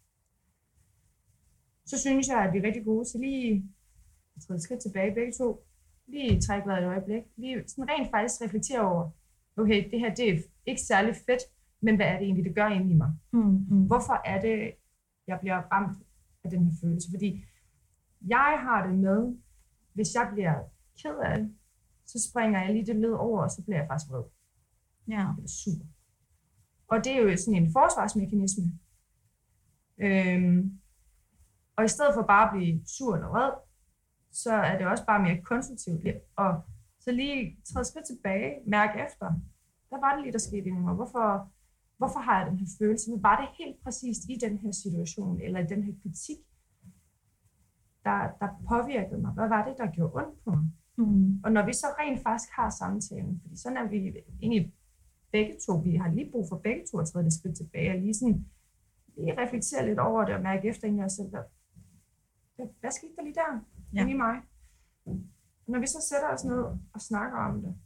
så synes jeg, at vi er rigtig gode til lige at træde skridt tilbage begge to, lige trække vejret et øjeblik, lige sådan rent faktisk reflektere over, okay, det her, det er ikke særlig fedt, men hvad er det egentlig, det gør inde i mig? Mm, mm. Hvorfor er det, jeg bliver ramt af den her følelse? Fordi jeg har det med, hvis jeg bliver ked af det, så springer jeg lige det led over, og så bliver jeg faktisk vred. Ja. Det er super. Og det er jo sådan en forsvarsmekanisme. Øhm, og i stedet for bare at blive sur eller vred, så er det også bare mere konstruktivt. Og så lige træde skridt tilbage, mærke efter, hvad var det lige, der skete i mig? Hvorfor, hvorfor har jeg den her følelse? Men var det helt præcist i den her situation, eller i den her kritik, der, der påvirkede mig? Hvad var det, der gjorde ondt på mig? Mm. Og når vi så rent faktisk har samtalen, fordi sådan er vi egentlig begge to, vi har lige brug for begge to at træde det skridt tilbage, og lige, sådan, lige reflektere lidt over det, og mærke efter ind i os selv, hvad, hvad skete der lige der? Ja. Inde i mig? Og når vi så sætter os ned og snakker om det,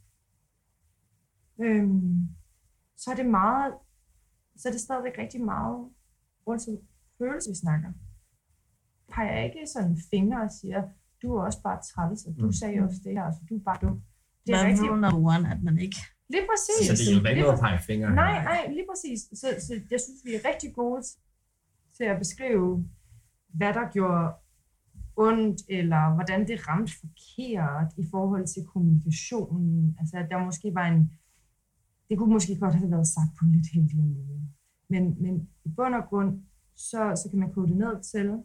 øhm, så er det meget, så er det stadigvæk rigtig meget rundt til følelse, vi snakker. Har jeg ikke sådan fingre og siger, du er også bare træls, og du sagde også det her, så du er bare dum. Det er rigtig noget, at man ikke... Lige præcis. Så det er jo ikke noget at pege fingre. Nej, nej, lige præcis. Så, så jeg synes, vi er rigtig gode til at beskrive, hvad der gjorde ondt, eller hvordan det ramte forkert i forhold til kommunikationen. Altså, at der måske var en... Det kunne måske godt have været sagt på en lidt heldigere måde. Men, men i bund og grund, så, så kan man kode det ned til,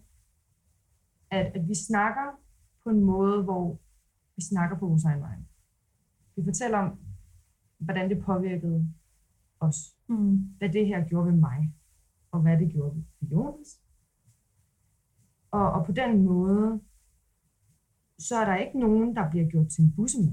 at, at vi snakker på en måde, hvor vi snakker på vores egen vej. Vi fortæller om, hvordan det påvirkede os. Mm. Hvad det her gjorde ved mig, og hvad det gjorde ved Jonas. Og, og på den måde, så er der ikke nogen, der bliver gjort til en busse.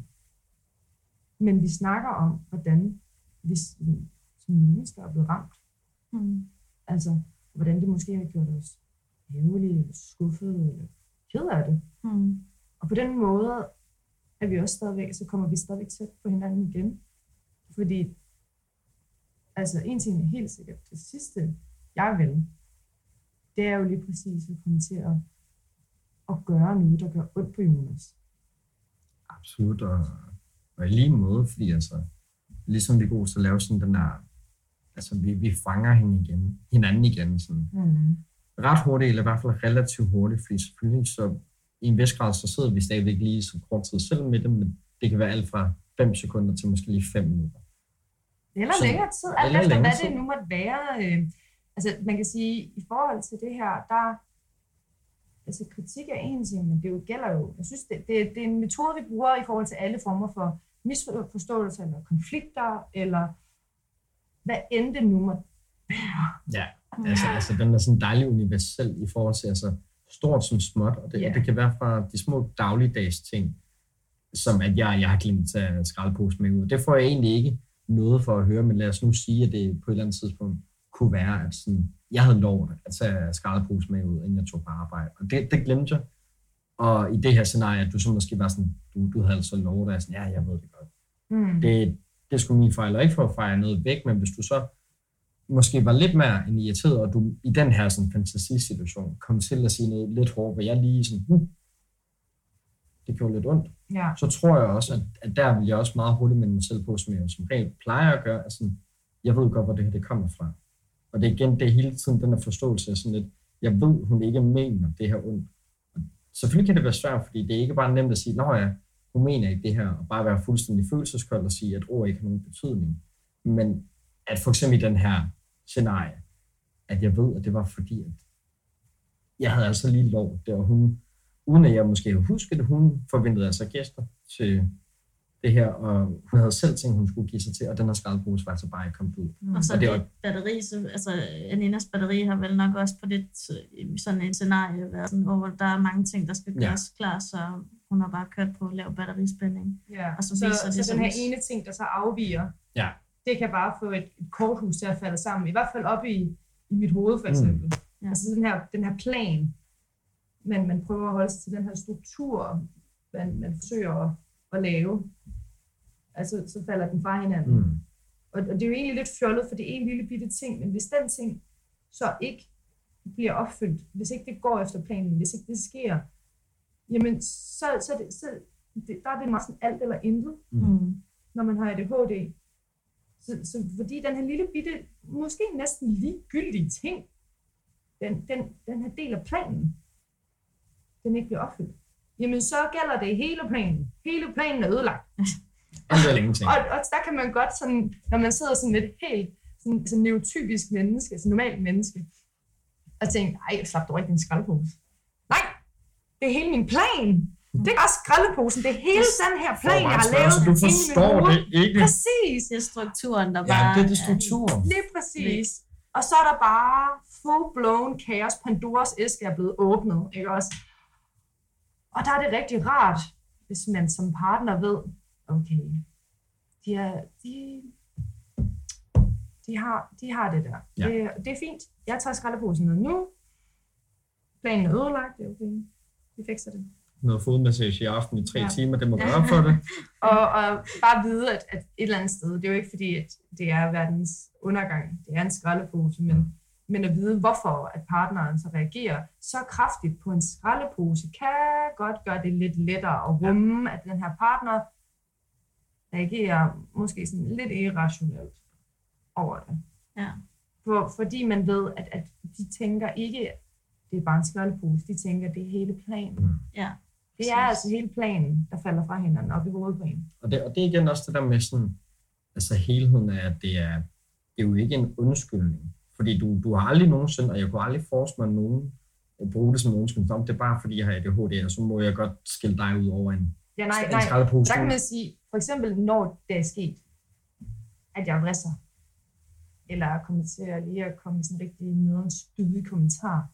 Men vi snakker om, hvordan vi som mennesker er blevet ramt. Mm. Altså, hvordan det måske har gjort os ærgerlige, eller skuffede, eller ked af det. Mm. Og på den måde er vi også stadigvæk, så kommer vi stadigvæk tæt på hinanden igen. Fordi, altså en ting er helt sikkert, det sidste, jeg vil, det er jo lige præcis at komme til at, at gøre noget, der gør ondt på Jonas. Absolut, og, og i lige måde, fordi altså, ligesom vi er gode til at lave sådan den der, altså vi, vi fanger hende igen, hinanden igen, sådan mm. ret hurtigt, eller i hvert fald relativt hurtigt, fordi selvfølgelig så i en vis grad, så sidder vi stadigvæk lige så kort tid selv med det, men det kan være alt fra fem sekunder til måske lige fem minutter. Eller så, længere tid, alt efter hvad tid. Det nu måtte være. Øh, altså man kan sige, i forhold til det her, der, altså kritik er en ting, men det jo gælder jo, jeg synes, det, det, det er en metode, vi bruger i forhold til alle former for misforståelser, eller konflikter, eller hvad end det nu måtte være. Ja, altså, altså den er sådan dejlig universel i forhold til, altså stort som småt, og det, yeah. det kan være fra de små dagligdags ting, som at jeg, jeg har glemt at tage skraldepose med ud. Det får jeg egentlig ikke noget for at høre, men lad os nu sige, at det på et eller andet tidspunkt kunne være, at sådan, jeg havde lov at tage skraldepose med ud, inden jeg tog på arbejde. Og det, det glemte jeg. Og i det her scenarie, at du så måske var sådan, du, du havde altså lov, at sådan, ja, jeg ved det godt. Mm. Det, det skulle min fejl, og ikke for at fejre noget væk, men hvis du så måske var lidt mere end irriteret, og du i den her sådan, fantasisituation kom til at sige noget lidt hårdt, hvor jeg lige sådan, uh, det gjorde lidt ondt, Ja. så tror jeg også, at, at der vil jeg også meget hurtigt minde mig selv på, som jeg som regel plejer at gøre, altså, jeg ved godt, hvor det her det kommer fra. Og det er igen, det er hele tiden den her forståelse af sådan lidt, jeg ved, hun ikke mener det her ondt. Og selvfølgelig kan det være svært, fordi det er ikke bare nemt at sige, nå ja, hun mener ikke det her, og bare være fuldstændig følelseskold og sige, at ord ikke har nogen betydning. Men at for eksempel i den her scenarie, at jeg ved, at det var fordi, at jeg havde altså lige lov der, og hun, uden at jeg måske havde husket det, hun forventede altså gæster til det her, og hun havde selv tænkt, hun skulle give sig til, og den her skraldepose var altså bare ikke kommet ud. Mm. Og så og det det var... batteri, så, altså Aninas batteri har vel nok også på det sådan en scenarie været sådan, hvor der er mange ting, der skal gøres ja. klar, så hun har bare kørt på lav batterispænding. Ja. Og så, så, viser så, det så den her ene ting, der så afviger, ja. det kan bare få et, et korthus til at falde sammen, i hvert fald op i, i mit hoved for eksempel. Mm. Ja. Altså den her, den her plan, man, man prøver at holde sig til, den her struktur, man, man forsøger at, at lave, altså så falder den fra hinanden. Mm. Og, og det er jo egentlig lidt fjollet, for det er en lille bitte ting, men hvis den ting så ikke bliver opfyldt, hvis ikke det går efter planen, hvis ikke det sker, jamen så, så, det, så det, der er det meget sådan alt eller intet, mm. når man har A D H D. Så, så fordi den her lille bitte, måske næsten ligegyldige ting, den, den, den her del af planen, den ikke bliver opfyldt, jamen så gælder det hele planen. Hele planen er ødelagt. og, og der kan man godt sådan, når man sidder sådan lidt helt sådan, sådan neurotypisk menneske, sådan normalt menneske, og tænke, nej, slap dog ikke din skraldepose. Nej, det er hele min plan. Det er også skraldeposen. Det er hele den her plan, jeg har lavet. Du forstår det ikke. Præcis. Det er strukturen, der bare... Ja, det er det struktur. Lige præcis. Og så er der bare full-blown kaos. Pandoras æske er blevet åbnet, ikke også? Og der er det rigtig rart, hvis man som partner ved, okay, de, er, de, de, har, de har det der. Ja. Det, det er fint. Jeg tager skraldeposen ned nu. Planen er ødelagt. Det er okay. Vi fikser det. Noget fodmassage i aften i tre ja. timer, det må gøre for det. og, og bare vide, at, at et eller andet sted, det er jo ikke fordi, at det er verdens undergang, det er en skraldepose, men, men at vide, hvorfor at partneren så reagerer så kraftigt på en skraldepose, kan godt gøre det lidt lettere at rumme, at den her partner reagerer måske sådan lidt irrationelt over det. Ja. For, fordi man ved, at, at de tænker ikke, det er bare en skraldepose, de tænker, det er hele planen. Ja. Det er altså hele planen, der falder fra hinanden op i hovedet på en. Og det, og det er igen også det der med sådan, altså helheden af, at det er, det er jo ikke en undskyldning. Fordi du, du har aldrig nogensinde, og jeg kunne aldrig forestille mig nogen at bruge det som en undskyldning. Det er bare fordi, jeg har A D H D, og så må jeg godt skille dig ud over en, ja, nej, en nej. skraldepose. Der kan man sige, for eksempel når det er sket, at jeg vrisser, eller kommer til at lige at komme med sådan en rigtig nederen spydig kommentar,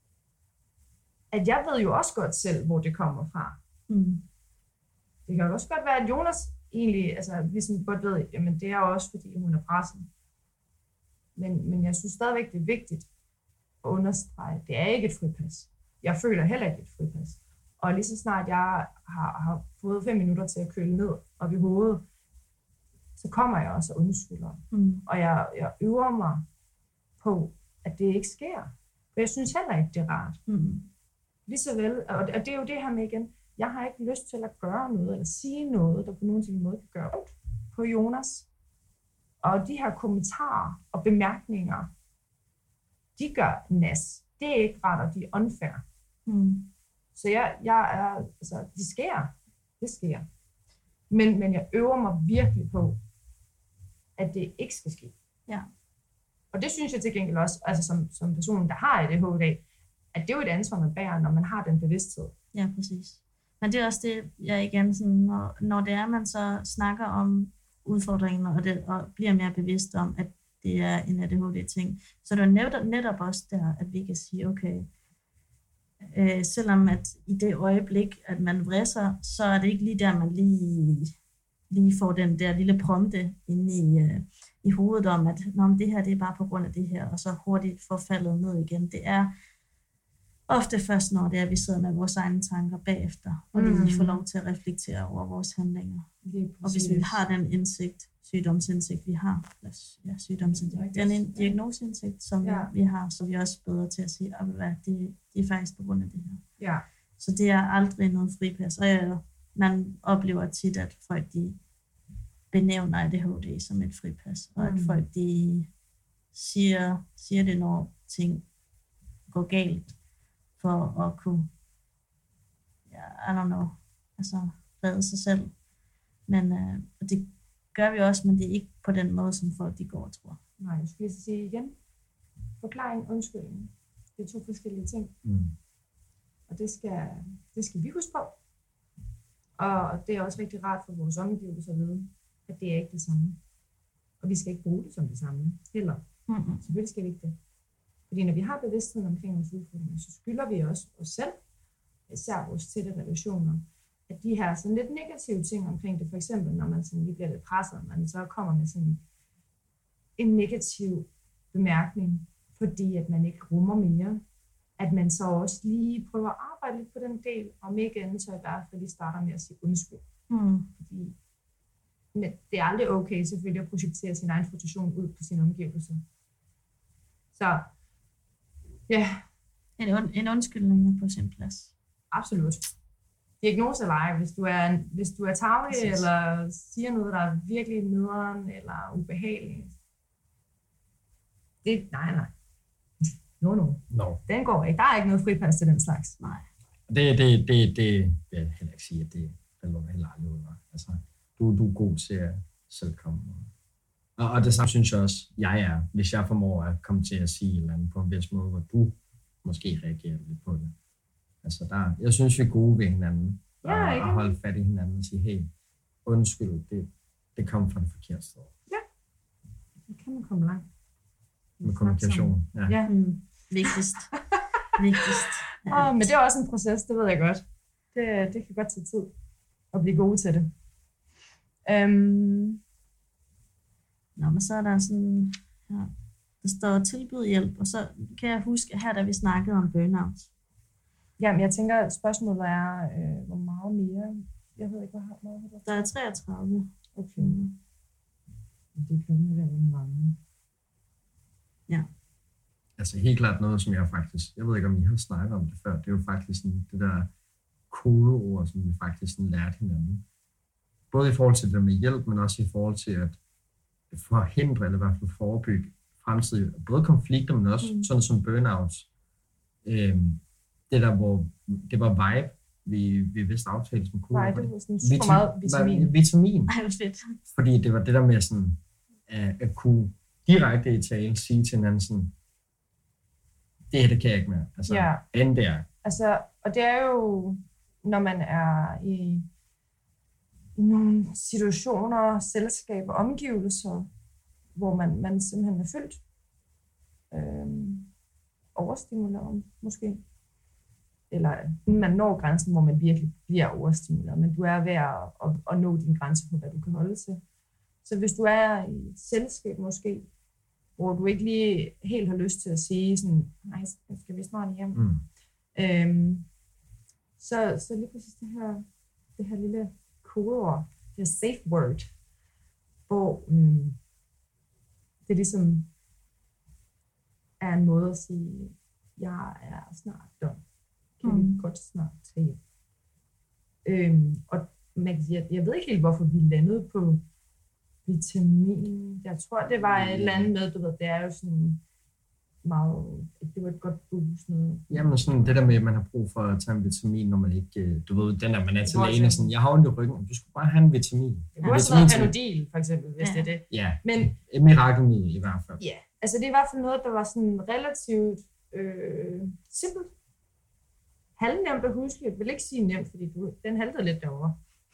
at jeg ved jo også godt selv, hvor det kommer fra. Mm. Det kan jo også godt være, at Jonas egentlig, altså ligesom godt ved, jamen det er også fordi, hun er presset. Men, men jeg synes stadigvæk, det er vigtigt at understrege, det er ikke et fripas. Jeg føler heller ikke et fripas. Og lige så snart jeg har, har fået fem minutter til at køle ned op i hovedet, så kommer jeg også og undskylder. Mm. Og jeg, jeg øver mig på, at det ikke sker. For jeg synes heller ikke, det er rart. Mm. Lige så vel, og det er jo det her med igen, jeg har ikke lyst til at gøre noget, eller sige noget, der på nogen ting måde kan gøre ondt på Jonas. Og de her kommentarer og bemærkninger, de gør nas. Det er ikke rart, og de er unfair. Mm. Så jeg, jeg er, altså, det sker. Det sker. Men, men jeg øver mig virkelig på, at det ikke skal ske. Ja. Og det synes jeg til gengæld også, altså som, som personen, der har A D H D, at det er jo et ansvar, man bærer, når man har den bevidsthed. Ja, præcis. Men det er også det, jeg igen, sådan, når, når det er, man så snakker om udfordringen, og, det, og bliver mere bevidst om, at det er en A D H D-ting, så er det netop, netop også der, at vi kan sige, okay, øh, selvom at i det øjeblik, at man vrisser, så er det ikke lige der, man lige, lige får den der lille prompte inde i, øh, i hovedet om, at Nå, men det her det er bare på grund af det her, og så hurtigt får faldet ned igen. Det er ofte først, når det er, at vi sidder med vores egne tanker bagefter, og mm. vi får lov til at reflektere over vores handlinger. Og hvis vi har den indsigt, sygdomsindsigt, vi har, ja, sygdomsindsigt, den en diagnoseindsigt, som ja. vi har, så er vi også bedre til at sige, at det, det er faktisk på grund af det her. Ja, Så det er aldrig noget fripas. Og ja, man oplever tit, at folk de benævner A D H D som et fripas. Og at Mm. folk de siger, siger det, når ting går galt, for at kunne, ja, I don't know, altså redde sig selv. Men øh, og det gør vi også, men det er ikke på den måde, som folk de går og tror. Nej, jeg skulle lige sige igen. Forklaring, undskyldning. Det er to forskellige ting. Mm. Og det skal, det skal vi huske på. Og det er også rigtig rart for vores omgivelser at vide, at det er ikke det samme. Og vi skal ikke bruge det som det samme heller. Mm-hmm. Selvfølgelig skal vi ikke det. Fordi når vi har bevidsthed omkring vores udfordringer, så skylder vi også os selv, især vores tætte relationer, at de her sådan lidt negative ting omkring det, for eksempel når man sådan lige bliver lidt presset, og man så kommer med sådan en negativ bemærkning, fordi at man ikke rummer mere, at man så også lige prøver at arbejde lidt på den del, om ikke andet så i hvert fald lige starter med at sige undskyld. Mm. Fordi men det er aldrig okay selvfølgelig at projektere sin egen frustration ud på sine omgivelser. Så ja, En, und, en undskyldning er på sin plads. absolut. Diagnose eller ej, hvis du er, hvis du er tarvelig, Præcis. eller siger noget, der er virkelig nederen eller ubehageligt. Det, nej, nej. No, no. No. Den går ikke. Der er ikke noget fripas til den slags. Nej. Det, det, det, det vil jeg heller ikke sige, at det, det lukker heller aldrig ud. Altså, du, du er god til at selv komme. Og, og det samme synes jeg også, jeg er, hvis jeg formår at komme til at sige et eller andet på en vis måde, hvor du måske reagerer lidt på det. Altså, der, jeg synes, vi er gode ved hinanden. Og, Ja, ikke? og holde fat i hinanden og sige, hey, undskyld, det, det kom fra det forkerte sted. Det kan man komme langt. Med kommunikation. Ja. Ja. Mm. Vigtigst. Vigtigst. Ja. Oh, men det er også en proces, det ved jeg godt. Det, det kan godt tage tid at blive gode til det. Um, Nå, men så er der sådan, ja, der står tilbud hjælp, og så kan jeg huske, at her da vi snakkede om burnout. jamen, jeg tænker, at spørgsmålet er, øh, hvor meget mere. Jeg ved ikke, hvor meget har du? Der er treogtredive. Okay. Mm. Det er klokken ved hvor mange. Altså helt klart noget, som jeg faktisk, jeg ved ikke, om I har snakket om det før, det er jo faktisk sådan, det der kodeord, som vi faktisk sådan lærte hinanden. Både i forhold til det der med hjælp, men også i forhold til at forhindre, eller i hvert fald forebygge fremtidige, både konflikter, men også mm. sådan som burnout. Øhm, det der, hvor det var vibe, vi, vi vidste aftale som kodeord. Nej, det var sådan super meget vitamin. Vitamin. Ej, hvor fedt. Fordi det var det der med sådan, at, at kunne direkte i tale sige til hinanden sådan, det her, det kan jeg ikke mere. Altså, Ja. end der. Altså, og det er jo, når man er i, i nogle situationer, selskaber, omgivelser, hvor man, man simpelthen er fyldt øhm, overstimuleret måske. Eller man når grænsen, hvor man virkelig bliver overstimuleret, men du er ved at, at, at nå din grænse på, hvad du kan holde til. Så hvis du er i et selskab måske, hvor du ikke lige helt har lyst til at sige sådan, nej, skal vi snart hjem? Mm. Øhm, så, så lige præcis det her, det her lille kodeord, det her safe word, hvor øhm, det ligesom er en måde at sige, jeg er snart done. Kan mm. vi godt snart tage hjem? Øhm, og man, jeg, jeg ved ikke helt, hvorfor vi landede på vitamin. Jeg tror, det var et eller andet med, du ved, det er jo sådan meget, det var et godt boost. Noget. Jamen sådan det der med, at man har brug for at tage en vitamin, når man ikke, du ved, den der, man er til Hvor lægen og sådan, jeg har ondt i ryggen, du skal bare have en vitamin. Det kunne også være Panodil, for eksempel, hvis Ja. det er det. Ja, Men et mirakelmiddel i hvert fald. ja, altså det er i hvert fald noget, der var sådan relativt øh, simpelt. Halvnemt at huske. Jeg vil ikke sige nemt, fordi du, den haltede lidt derovre.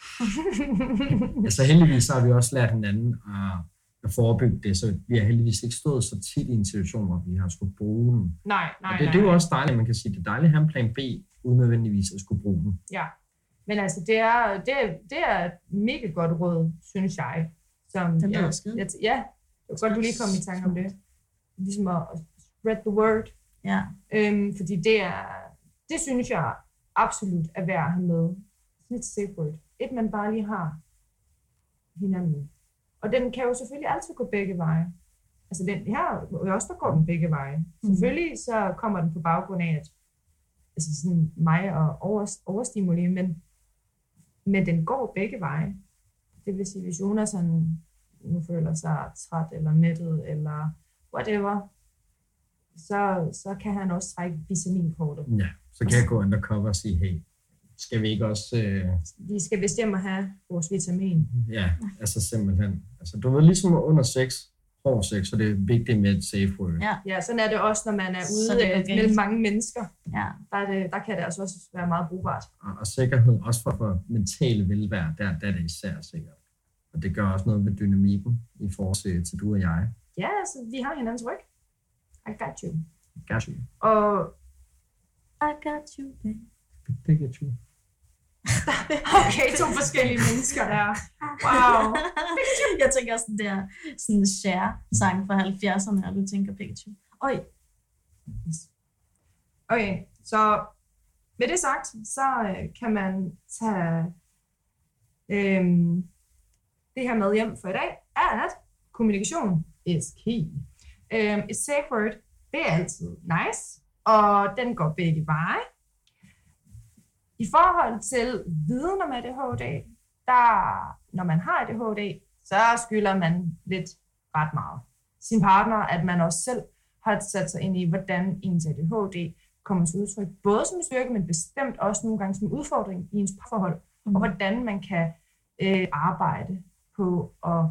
Altså heldigvis så har vi også lært hinanden at, at forebygge det, så vi har heldigvis ikke stået så tit i en situation, hvor vi har skulle bruge den. Nej, nej, Og det, nej. det er jo også dejligt, man kan sige, det er dejligt at have en plan B, uden nødvendigvis at skulle bruge den. Ja, men altså det er, det er, det er et mega godt råd, synes jeg. Som, Den lyder jeg, skide. jeg, ja, det var godt, du lige kom i tanke om det. Ligesom at at spread the word. Ja. Øhm, fordi det er, det synes jeg absolut er værd at have med. Sådan et safe word. Et, man bare lige har hinanden. Og den kan jo selvfølgelig altid gå begge veje. Altså den her er også, der går den begge veje. Mm. Selvfølgelig så kommer den på baggrund af, at altså sådan mig og over, overstimulere, men, men den går begge veje. Det vil sige, hvis Jonas sådan, nu føler sig træt eller mættet eller whatever, så, så kan han også trække vitaminkortet. Ja, så kan jeg gå undercover og sige, hey, skal vi ikke også... Øh... Vi skal bestemme at have vores vitamin. Ja, altså simpelthen. Altså, du ved, ligesom under sex, hård sex, så det er vigtigt med et safe word. Ja, ja, sådan er det også, når man er ude er mellem mange mennesker. Ja. Der, er det, der kan det altså også være meget brugbart. Og, og sikkerhed, også for, for mentale velvære, der, der er det især sikkert. Og det gør også noget med dynamikken i forhold til, til du og jeg. Ja, altså, vi har hinandens ryg. I got you. Got you. Og... I got you, baby. Pikachu. Okay, to forskellige mennesker der. Wow. Jeg tænker sådan der sådan en Cher-sang fra halvfjerdserne, og du tænker Pikachu. Oj. Okay, så med det sagt, så kan man tage øhm, det her med hjem for i dag, er at kommunikation is key. Øhm, et safe word, det er altid nice, og den går begge veje. I forhold til viden om A D H D, der, når man har A D H D, så skylder man lidt ret meget sin partner, at man også selv har sat sig ind i, hvordan ens A D H D kommer til udtryk, både som en styrke, men bestemt også nogle gange som en udfordring i ens parforhold, mm. og hvordan man kan øh, arbejde på at,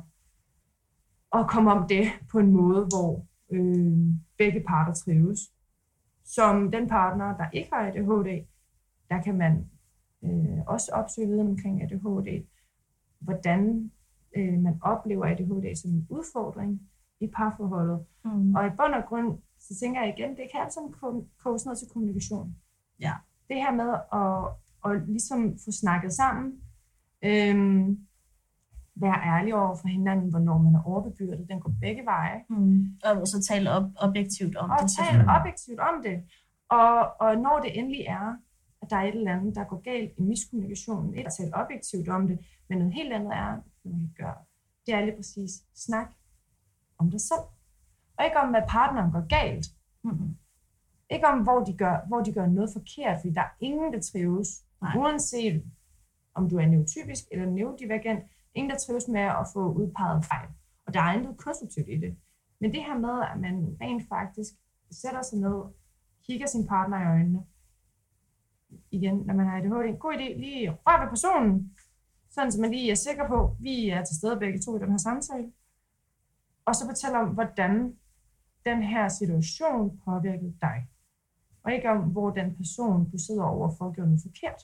at komme om det på en måde, hvor øh, begge parter trives. Som den partner, der ikke har A D H D, der kan man øh, også opsøge viden omkring A D H D, hvordan øh, man oplever A D H D som en udfordring i parforholdet. Mm. Og i bund og grund, så tænker jeg igen, det kan altså koges ned til kommunikation. Ja. Det her med at, at ligesom få snakket sammen, øh, være ærlig over for hinanden, hvornår man er overbebyrdet, den går begge veje. Mm. Og så tale op, objektivt om og det. Og tale objektivt om det. Og, og når det endelig er, at der er et eller andet, der går galt i miskommunikationen, et at tale objektivt om det, men noget helt andet er, hvad man kan gøre. Det er lige præcis snak om dig selv. Og ikke om, hvad partneren går galt. Mm-hmm. Ikke om, hvor de, gør, hvor de gør noget forkert, fordi der er ingen, der trives. Nej. Uanset om du er neurotypisk eller neurodivergent, ingen, der trives med at få udpeget fejl. Og der er intet konstruktivt i det. Men det her med, at man rent faktisk sætter sig ned, kigger sin partner i øjnene, igen, når man har A D H D, en god idé, lige rør ved personen, sådan så man lige er sikker på, at vi er til stede begge to i den her samtale. Og så fortæller om, hvordan den her situation påvirkede dig. Og ikke om, hvor den person, du sidder overfor, gjorde noget forkert.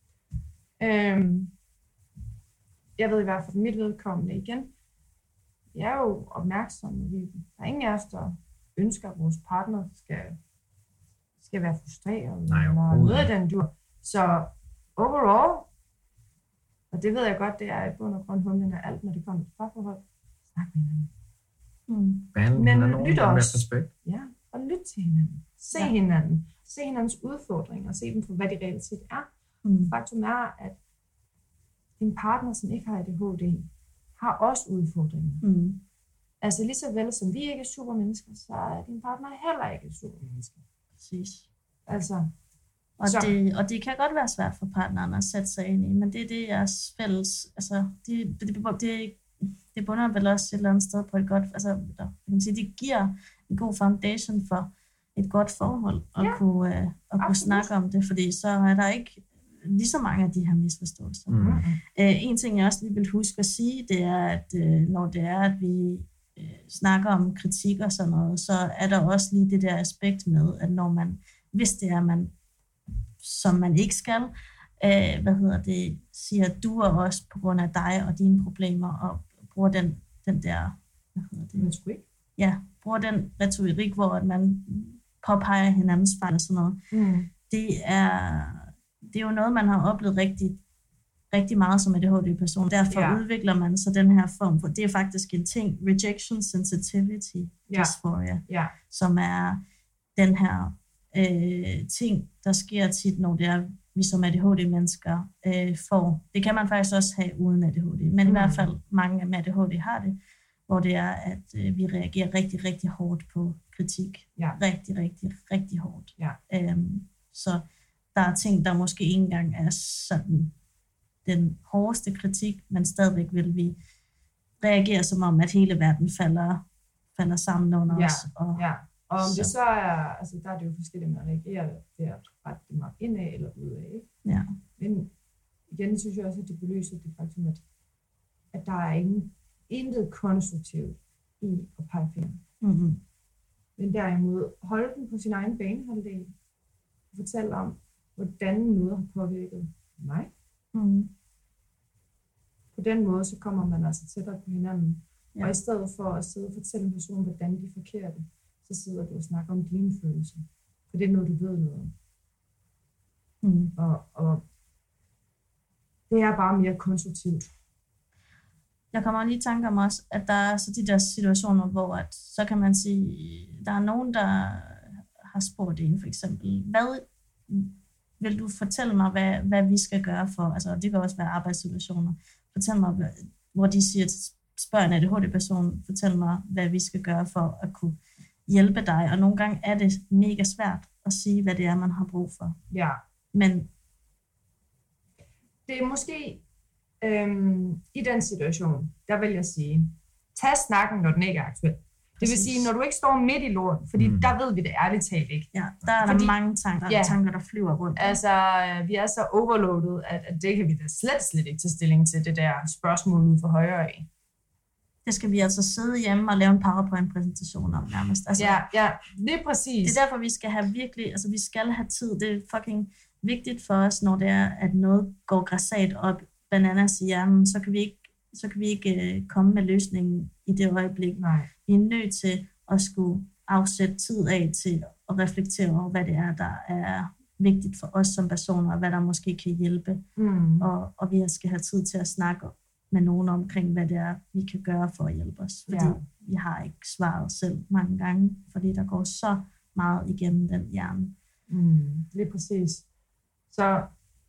Øhm, jeg ved i hvert fald for mit vedkommende igen, jeg er jo opmærksom, vi der er ingen af os, der ønsker, at vores partner skal, skal være frustreret. Nej, eller noget af den dur. Så overall, og det ved jeg godt, det er i bund og grund humlen af alt, når det kommer til parforhold, snak med hinanden. Mm. Men lyt også. Ja, og lyt til hinanden. Se ja. hinanden. Se hinandens udfordringer, og se dem for, hvad de reelt set er. Mm. Faktum er, at din partner, som ikke har A D H D, har også udfordringer. Mm. Altså lige så vel som vi ikke er supermennesker, så er din partner heller ikke supermennesker. Præcis. Altså, og, det, og det kan godt være svært for partneren at sætte sig ind i, men det er det jeres fælles, altså det, det, det, det bunder vel også et eller andet sted på et godt, altså der, kan man sige, det giver en god foundation for et godt forhold at ja. kunne, uh, at kunne snakke om det, fordi så er der ikke lige så mange af de her misforståelser. Mm. Uh, en ting jeg også lige vil huske at sige, det er, at uh, når det er, at vi uh, snakker om kritik og sådan noget, så er der også lige det der aspekt med, at når man, hvis det er, man, som man ikke skal, uh, hvad hedder det, siger du og os på grund af dig og dine problemer, og bruger den, den der, hvad hedder det? Retorik? Ja, bruger den retorik, hvor at man påpeger hinandens fejl og sådan noget. Mm. Det er... Det er jo noget, man har oplevet rigtig, rigtig meget som A D H D-person. Derfor ja. udvikler man så den her form for, det er faktisk en ting, rejection sensitivity ja. dysphoria, ja. som er den her øh, ting, der sker tit, når det er, vi som A D H D-mennesker øh, får. Det kan man faktisk også have uden A D H D, men mm. i hvert fald mange med A D H D har det, hvor det er, at øh, vi reagerer rigtig, rigtig hårdt på kritik. Ja. Rigtig, rigtig, rigtig hårdt. Ja. Øhm, så der er ting, der måske ikke engang er sådan den hårdeste kritik, men stadigvæk vil vi reagere som om, at hele verden falder, falder sammen under ja, os. Og, ja. Og om så. det så er, altså der er det jo forskelligt, man reagerer det at rette det mig indad eller udad, ikke? Ja. Men igen synes jeg også, at det belyser det faktum, at, at der er ingen, intet konstruktivt i at pege fingre. Mm-hmm. Men derimod holde den på sin egen banehalvdel og fortælle om, hvordan noget har påvirket mig. Mm-hmm. På den måde, så kommer man altså tættere på hinanden. Ja. Ja. Og i stedet for at sidde og fortælle en person, hvordan de er forkerte, så sidder du og snakker om dine følelser. For det er noget, du ved noget om. Mm. Og, og det er bare mere konstruktivt. Jeg kommer lige i tanke om også, at der er så de der situationer, hvor at, så kan man sige, der er nogen, der har spurgt en for eksempel, hvad vil du fortælle mig, hvad, hvad vi skal gøre for, altså det kan også være arbejdssituationer, fortæl mig, hvad, hvor de siger, spørger en A D H D-person, fortæl mig, hvad vi skal gøre for at kunne hjælpe dig, og nogle gange er det mega svært at sige, hvad det er, man har brug for. Ja. Men Det er måske øhm, i den situation, der vil jeg sige, tag snakken, når den ikke er aktuel. Det vil sige, når du ikke står midt i lorten, fordi mm. der ved vi det ærligt talt ikke. ja, der er Fordi- der mange tanker, ja. tanker, der flyver rundt. Altså, vi er så overloadet, at, at det kan vi da slet, slet ikke tage stilling til, det der spørgsmål ud for højre af. Det skal vi altså sidde hjemme og lave en PowerPoint-præsentation om nærmest. Altså, Ja, ja, lige præcis. det er derfor, vi skal have virkelig, altså vi skal have tid. Det er fucking vigtigt for os, når det er, at noget går grassat op, bananas i hjernen, så kan vi ikke, så kan vi ikke uh, komme med løsningen i det øjeblik. Nej. Vi er nødt til at skulle afsætte tid af til at reflektere over, hvad det er, der er vigtigt for os som personer, og hvad der måske kan hjælpe. Mm. Og, og vi skal have tid til at snakke med nogen omkring, hvad det er, vi kan gøre for at hjælpe os. Fordi Ja. vi har ikke svaret selv mange gange, fordi der går så meget igennem den hjerne. Mm. Lige præcis. Så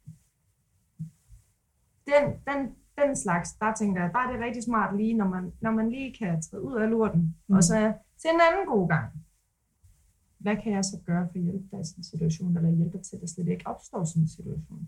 den, den, den slags, der tænker jeg, der er det rigtig smart lige, når man, når man lige kan træde ud af lorten, mm. og så til en anden god gang. Hvad kan jeg så gøre for at hjælpe dig i sådan en situation, eller hjælpe dig til, at der slet ikke opstår sådan en situation?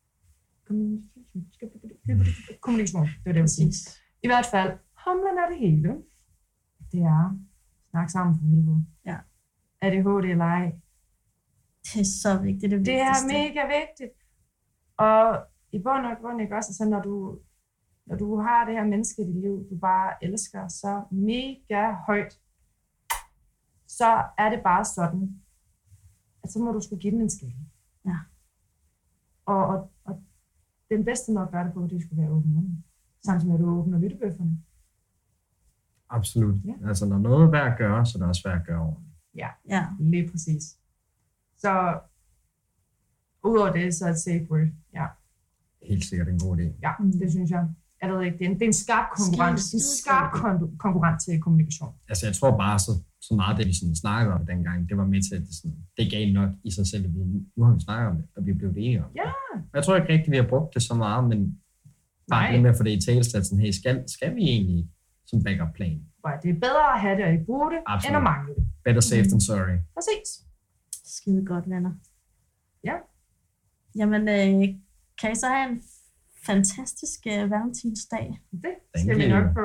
Kommunikation, det var det, jeg ville sige. I hvert fald, humlen er det hele. Det er snak sammen for helvede. Ja. A D H D eller ej. Det er så vigtigt. Det, Det er mega vigtigt. Og i bund og grund, ikke også, altså, når du, når du har det her menneske i dit liv, du bare elsker så mega højt, så er det bare sådan, at så må du skulle give den en skala. Ja. Og, og, og den bedste måde at gøre det på, det skulle være åben munden. Samtidig med, at du åbner lyttebøfferne. Absolut. Ja. Altså, når noget er værd at gøre, så er det også værd at gøre ordentligt. Ja, Ja. lige præcis. Så udover det, så er et safe word. Ja, Helt sikkert en god idé. ja det synes jeg. Jeg ved ikke, det er en, det er en skarp konkurrent. Skide, En skide skarp kon- konkurrent til kommunikation. Altså, jeg tror bare, så, så meget af det, vi sådan snakkede om dengang, det var med til, at det, sådan, det gav nok i sig selv, at vi nu har vi snakket om det, og vi er blevet enige om det. Ja. Og jeg tror ikke rigtigt, vi har brugt det så meget, men bare Nej. det med at få det i talestat, sådan, hey, skal, skal vi egentlig som backup plan? Nej, det er bedre at have det og ikke bruge det, Absolut. end at mangle det. Better safe than sorry. Præcis. Skide godt, venner. Ja. Jamen, øh, kan I så have en fantastisk øh, valentinsdag? Det Thank skal vi you. nok på.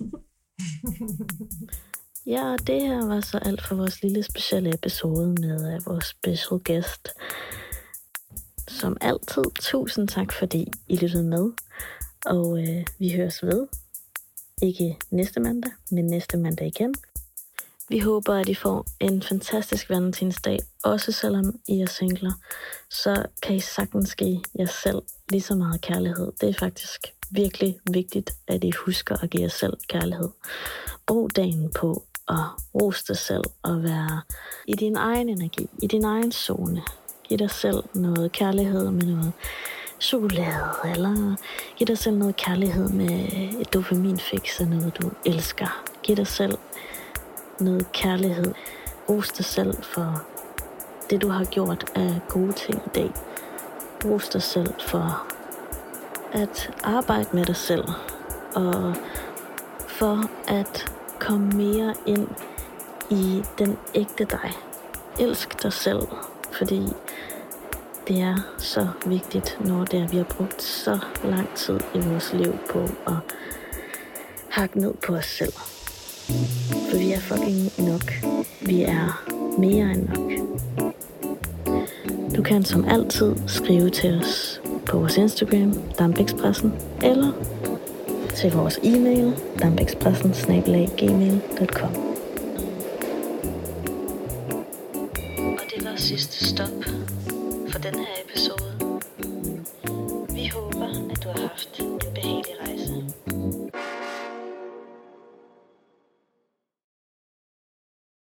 Ja, og det her var så alt for vores lille specielle episode med uh, vores special guest. Som altid, tusind tak, fordi I lyttede med. Og uh, vi høres ved. Ikke næste mandag, men næste mandag igen. Vi håber, at I får en fantastisk valentinsdag, også selvom I er singler. Så kan I sagtens give jer selv lige så meget kærlighed. Det er faktisk virkelig vigtigt, at I husker at give jer selv kærlighed. Brug dagen på at rose dig selv og være i din egen energi, i din egen zone. Giv dig selv noget kærlighed med noget chokolade, eller giv dig selv noget kærlighed med et dopaminfix af noget, du elsker. Giv dig selv noget kærlighed. Ros dig selv for det, du har gjort af gode ting i dag. Ros dig selv for at arbejde med dig selv, og for at komme mere ind i den ægte dig. Elsk dig selv, fordi Det er så vigtigt, når det er, vi har brugt så lang tid i vores liv på at hakke ned på os selv. For vi er fucking nok. Vi er mere end nok. Du kan som altid skrive til os på vores Instagram, Dampexpressen, eller til vores e-mail, dampexpressen snabel-a gmail punktum com. Og det var sidste stop for den her episode. Vi håber, at du har haft en behagelig rejse.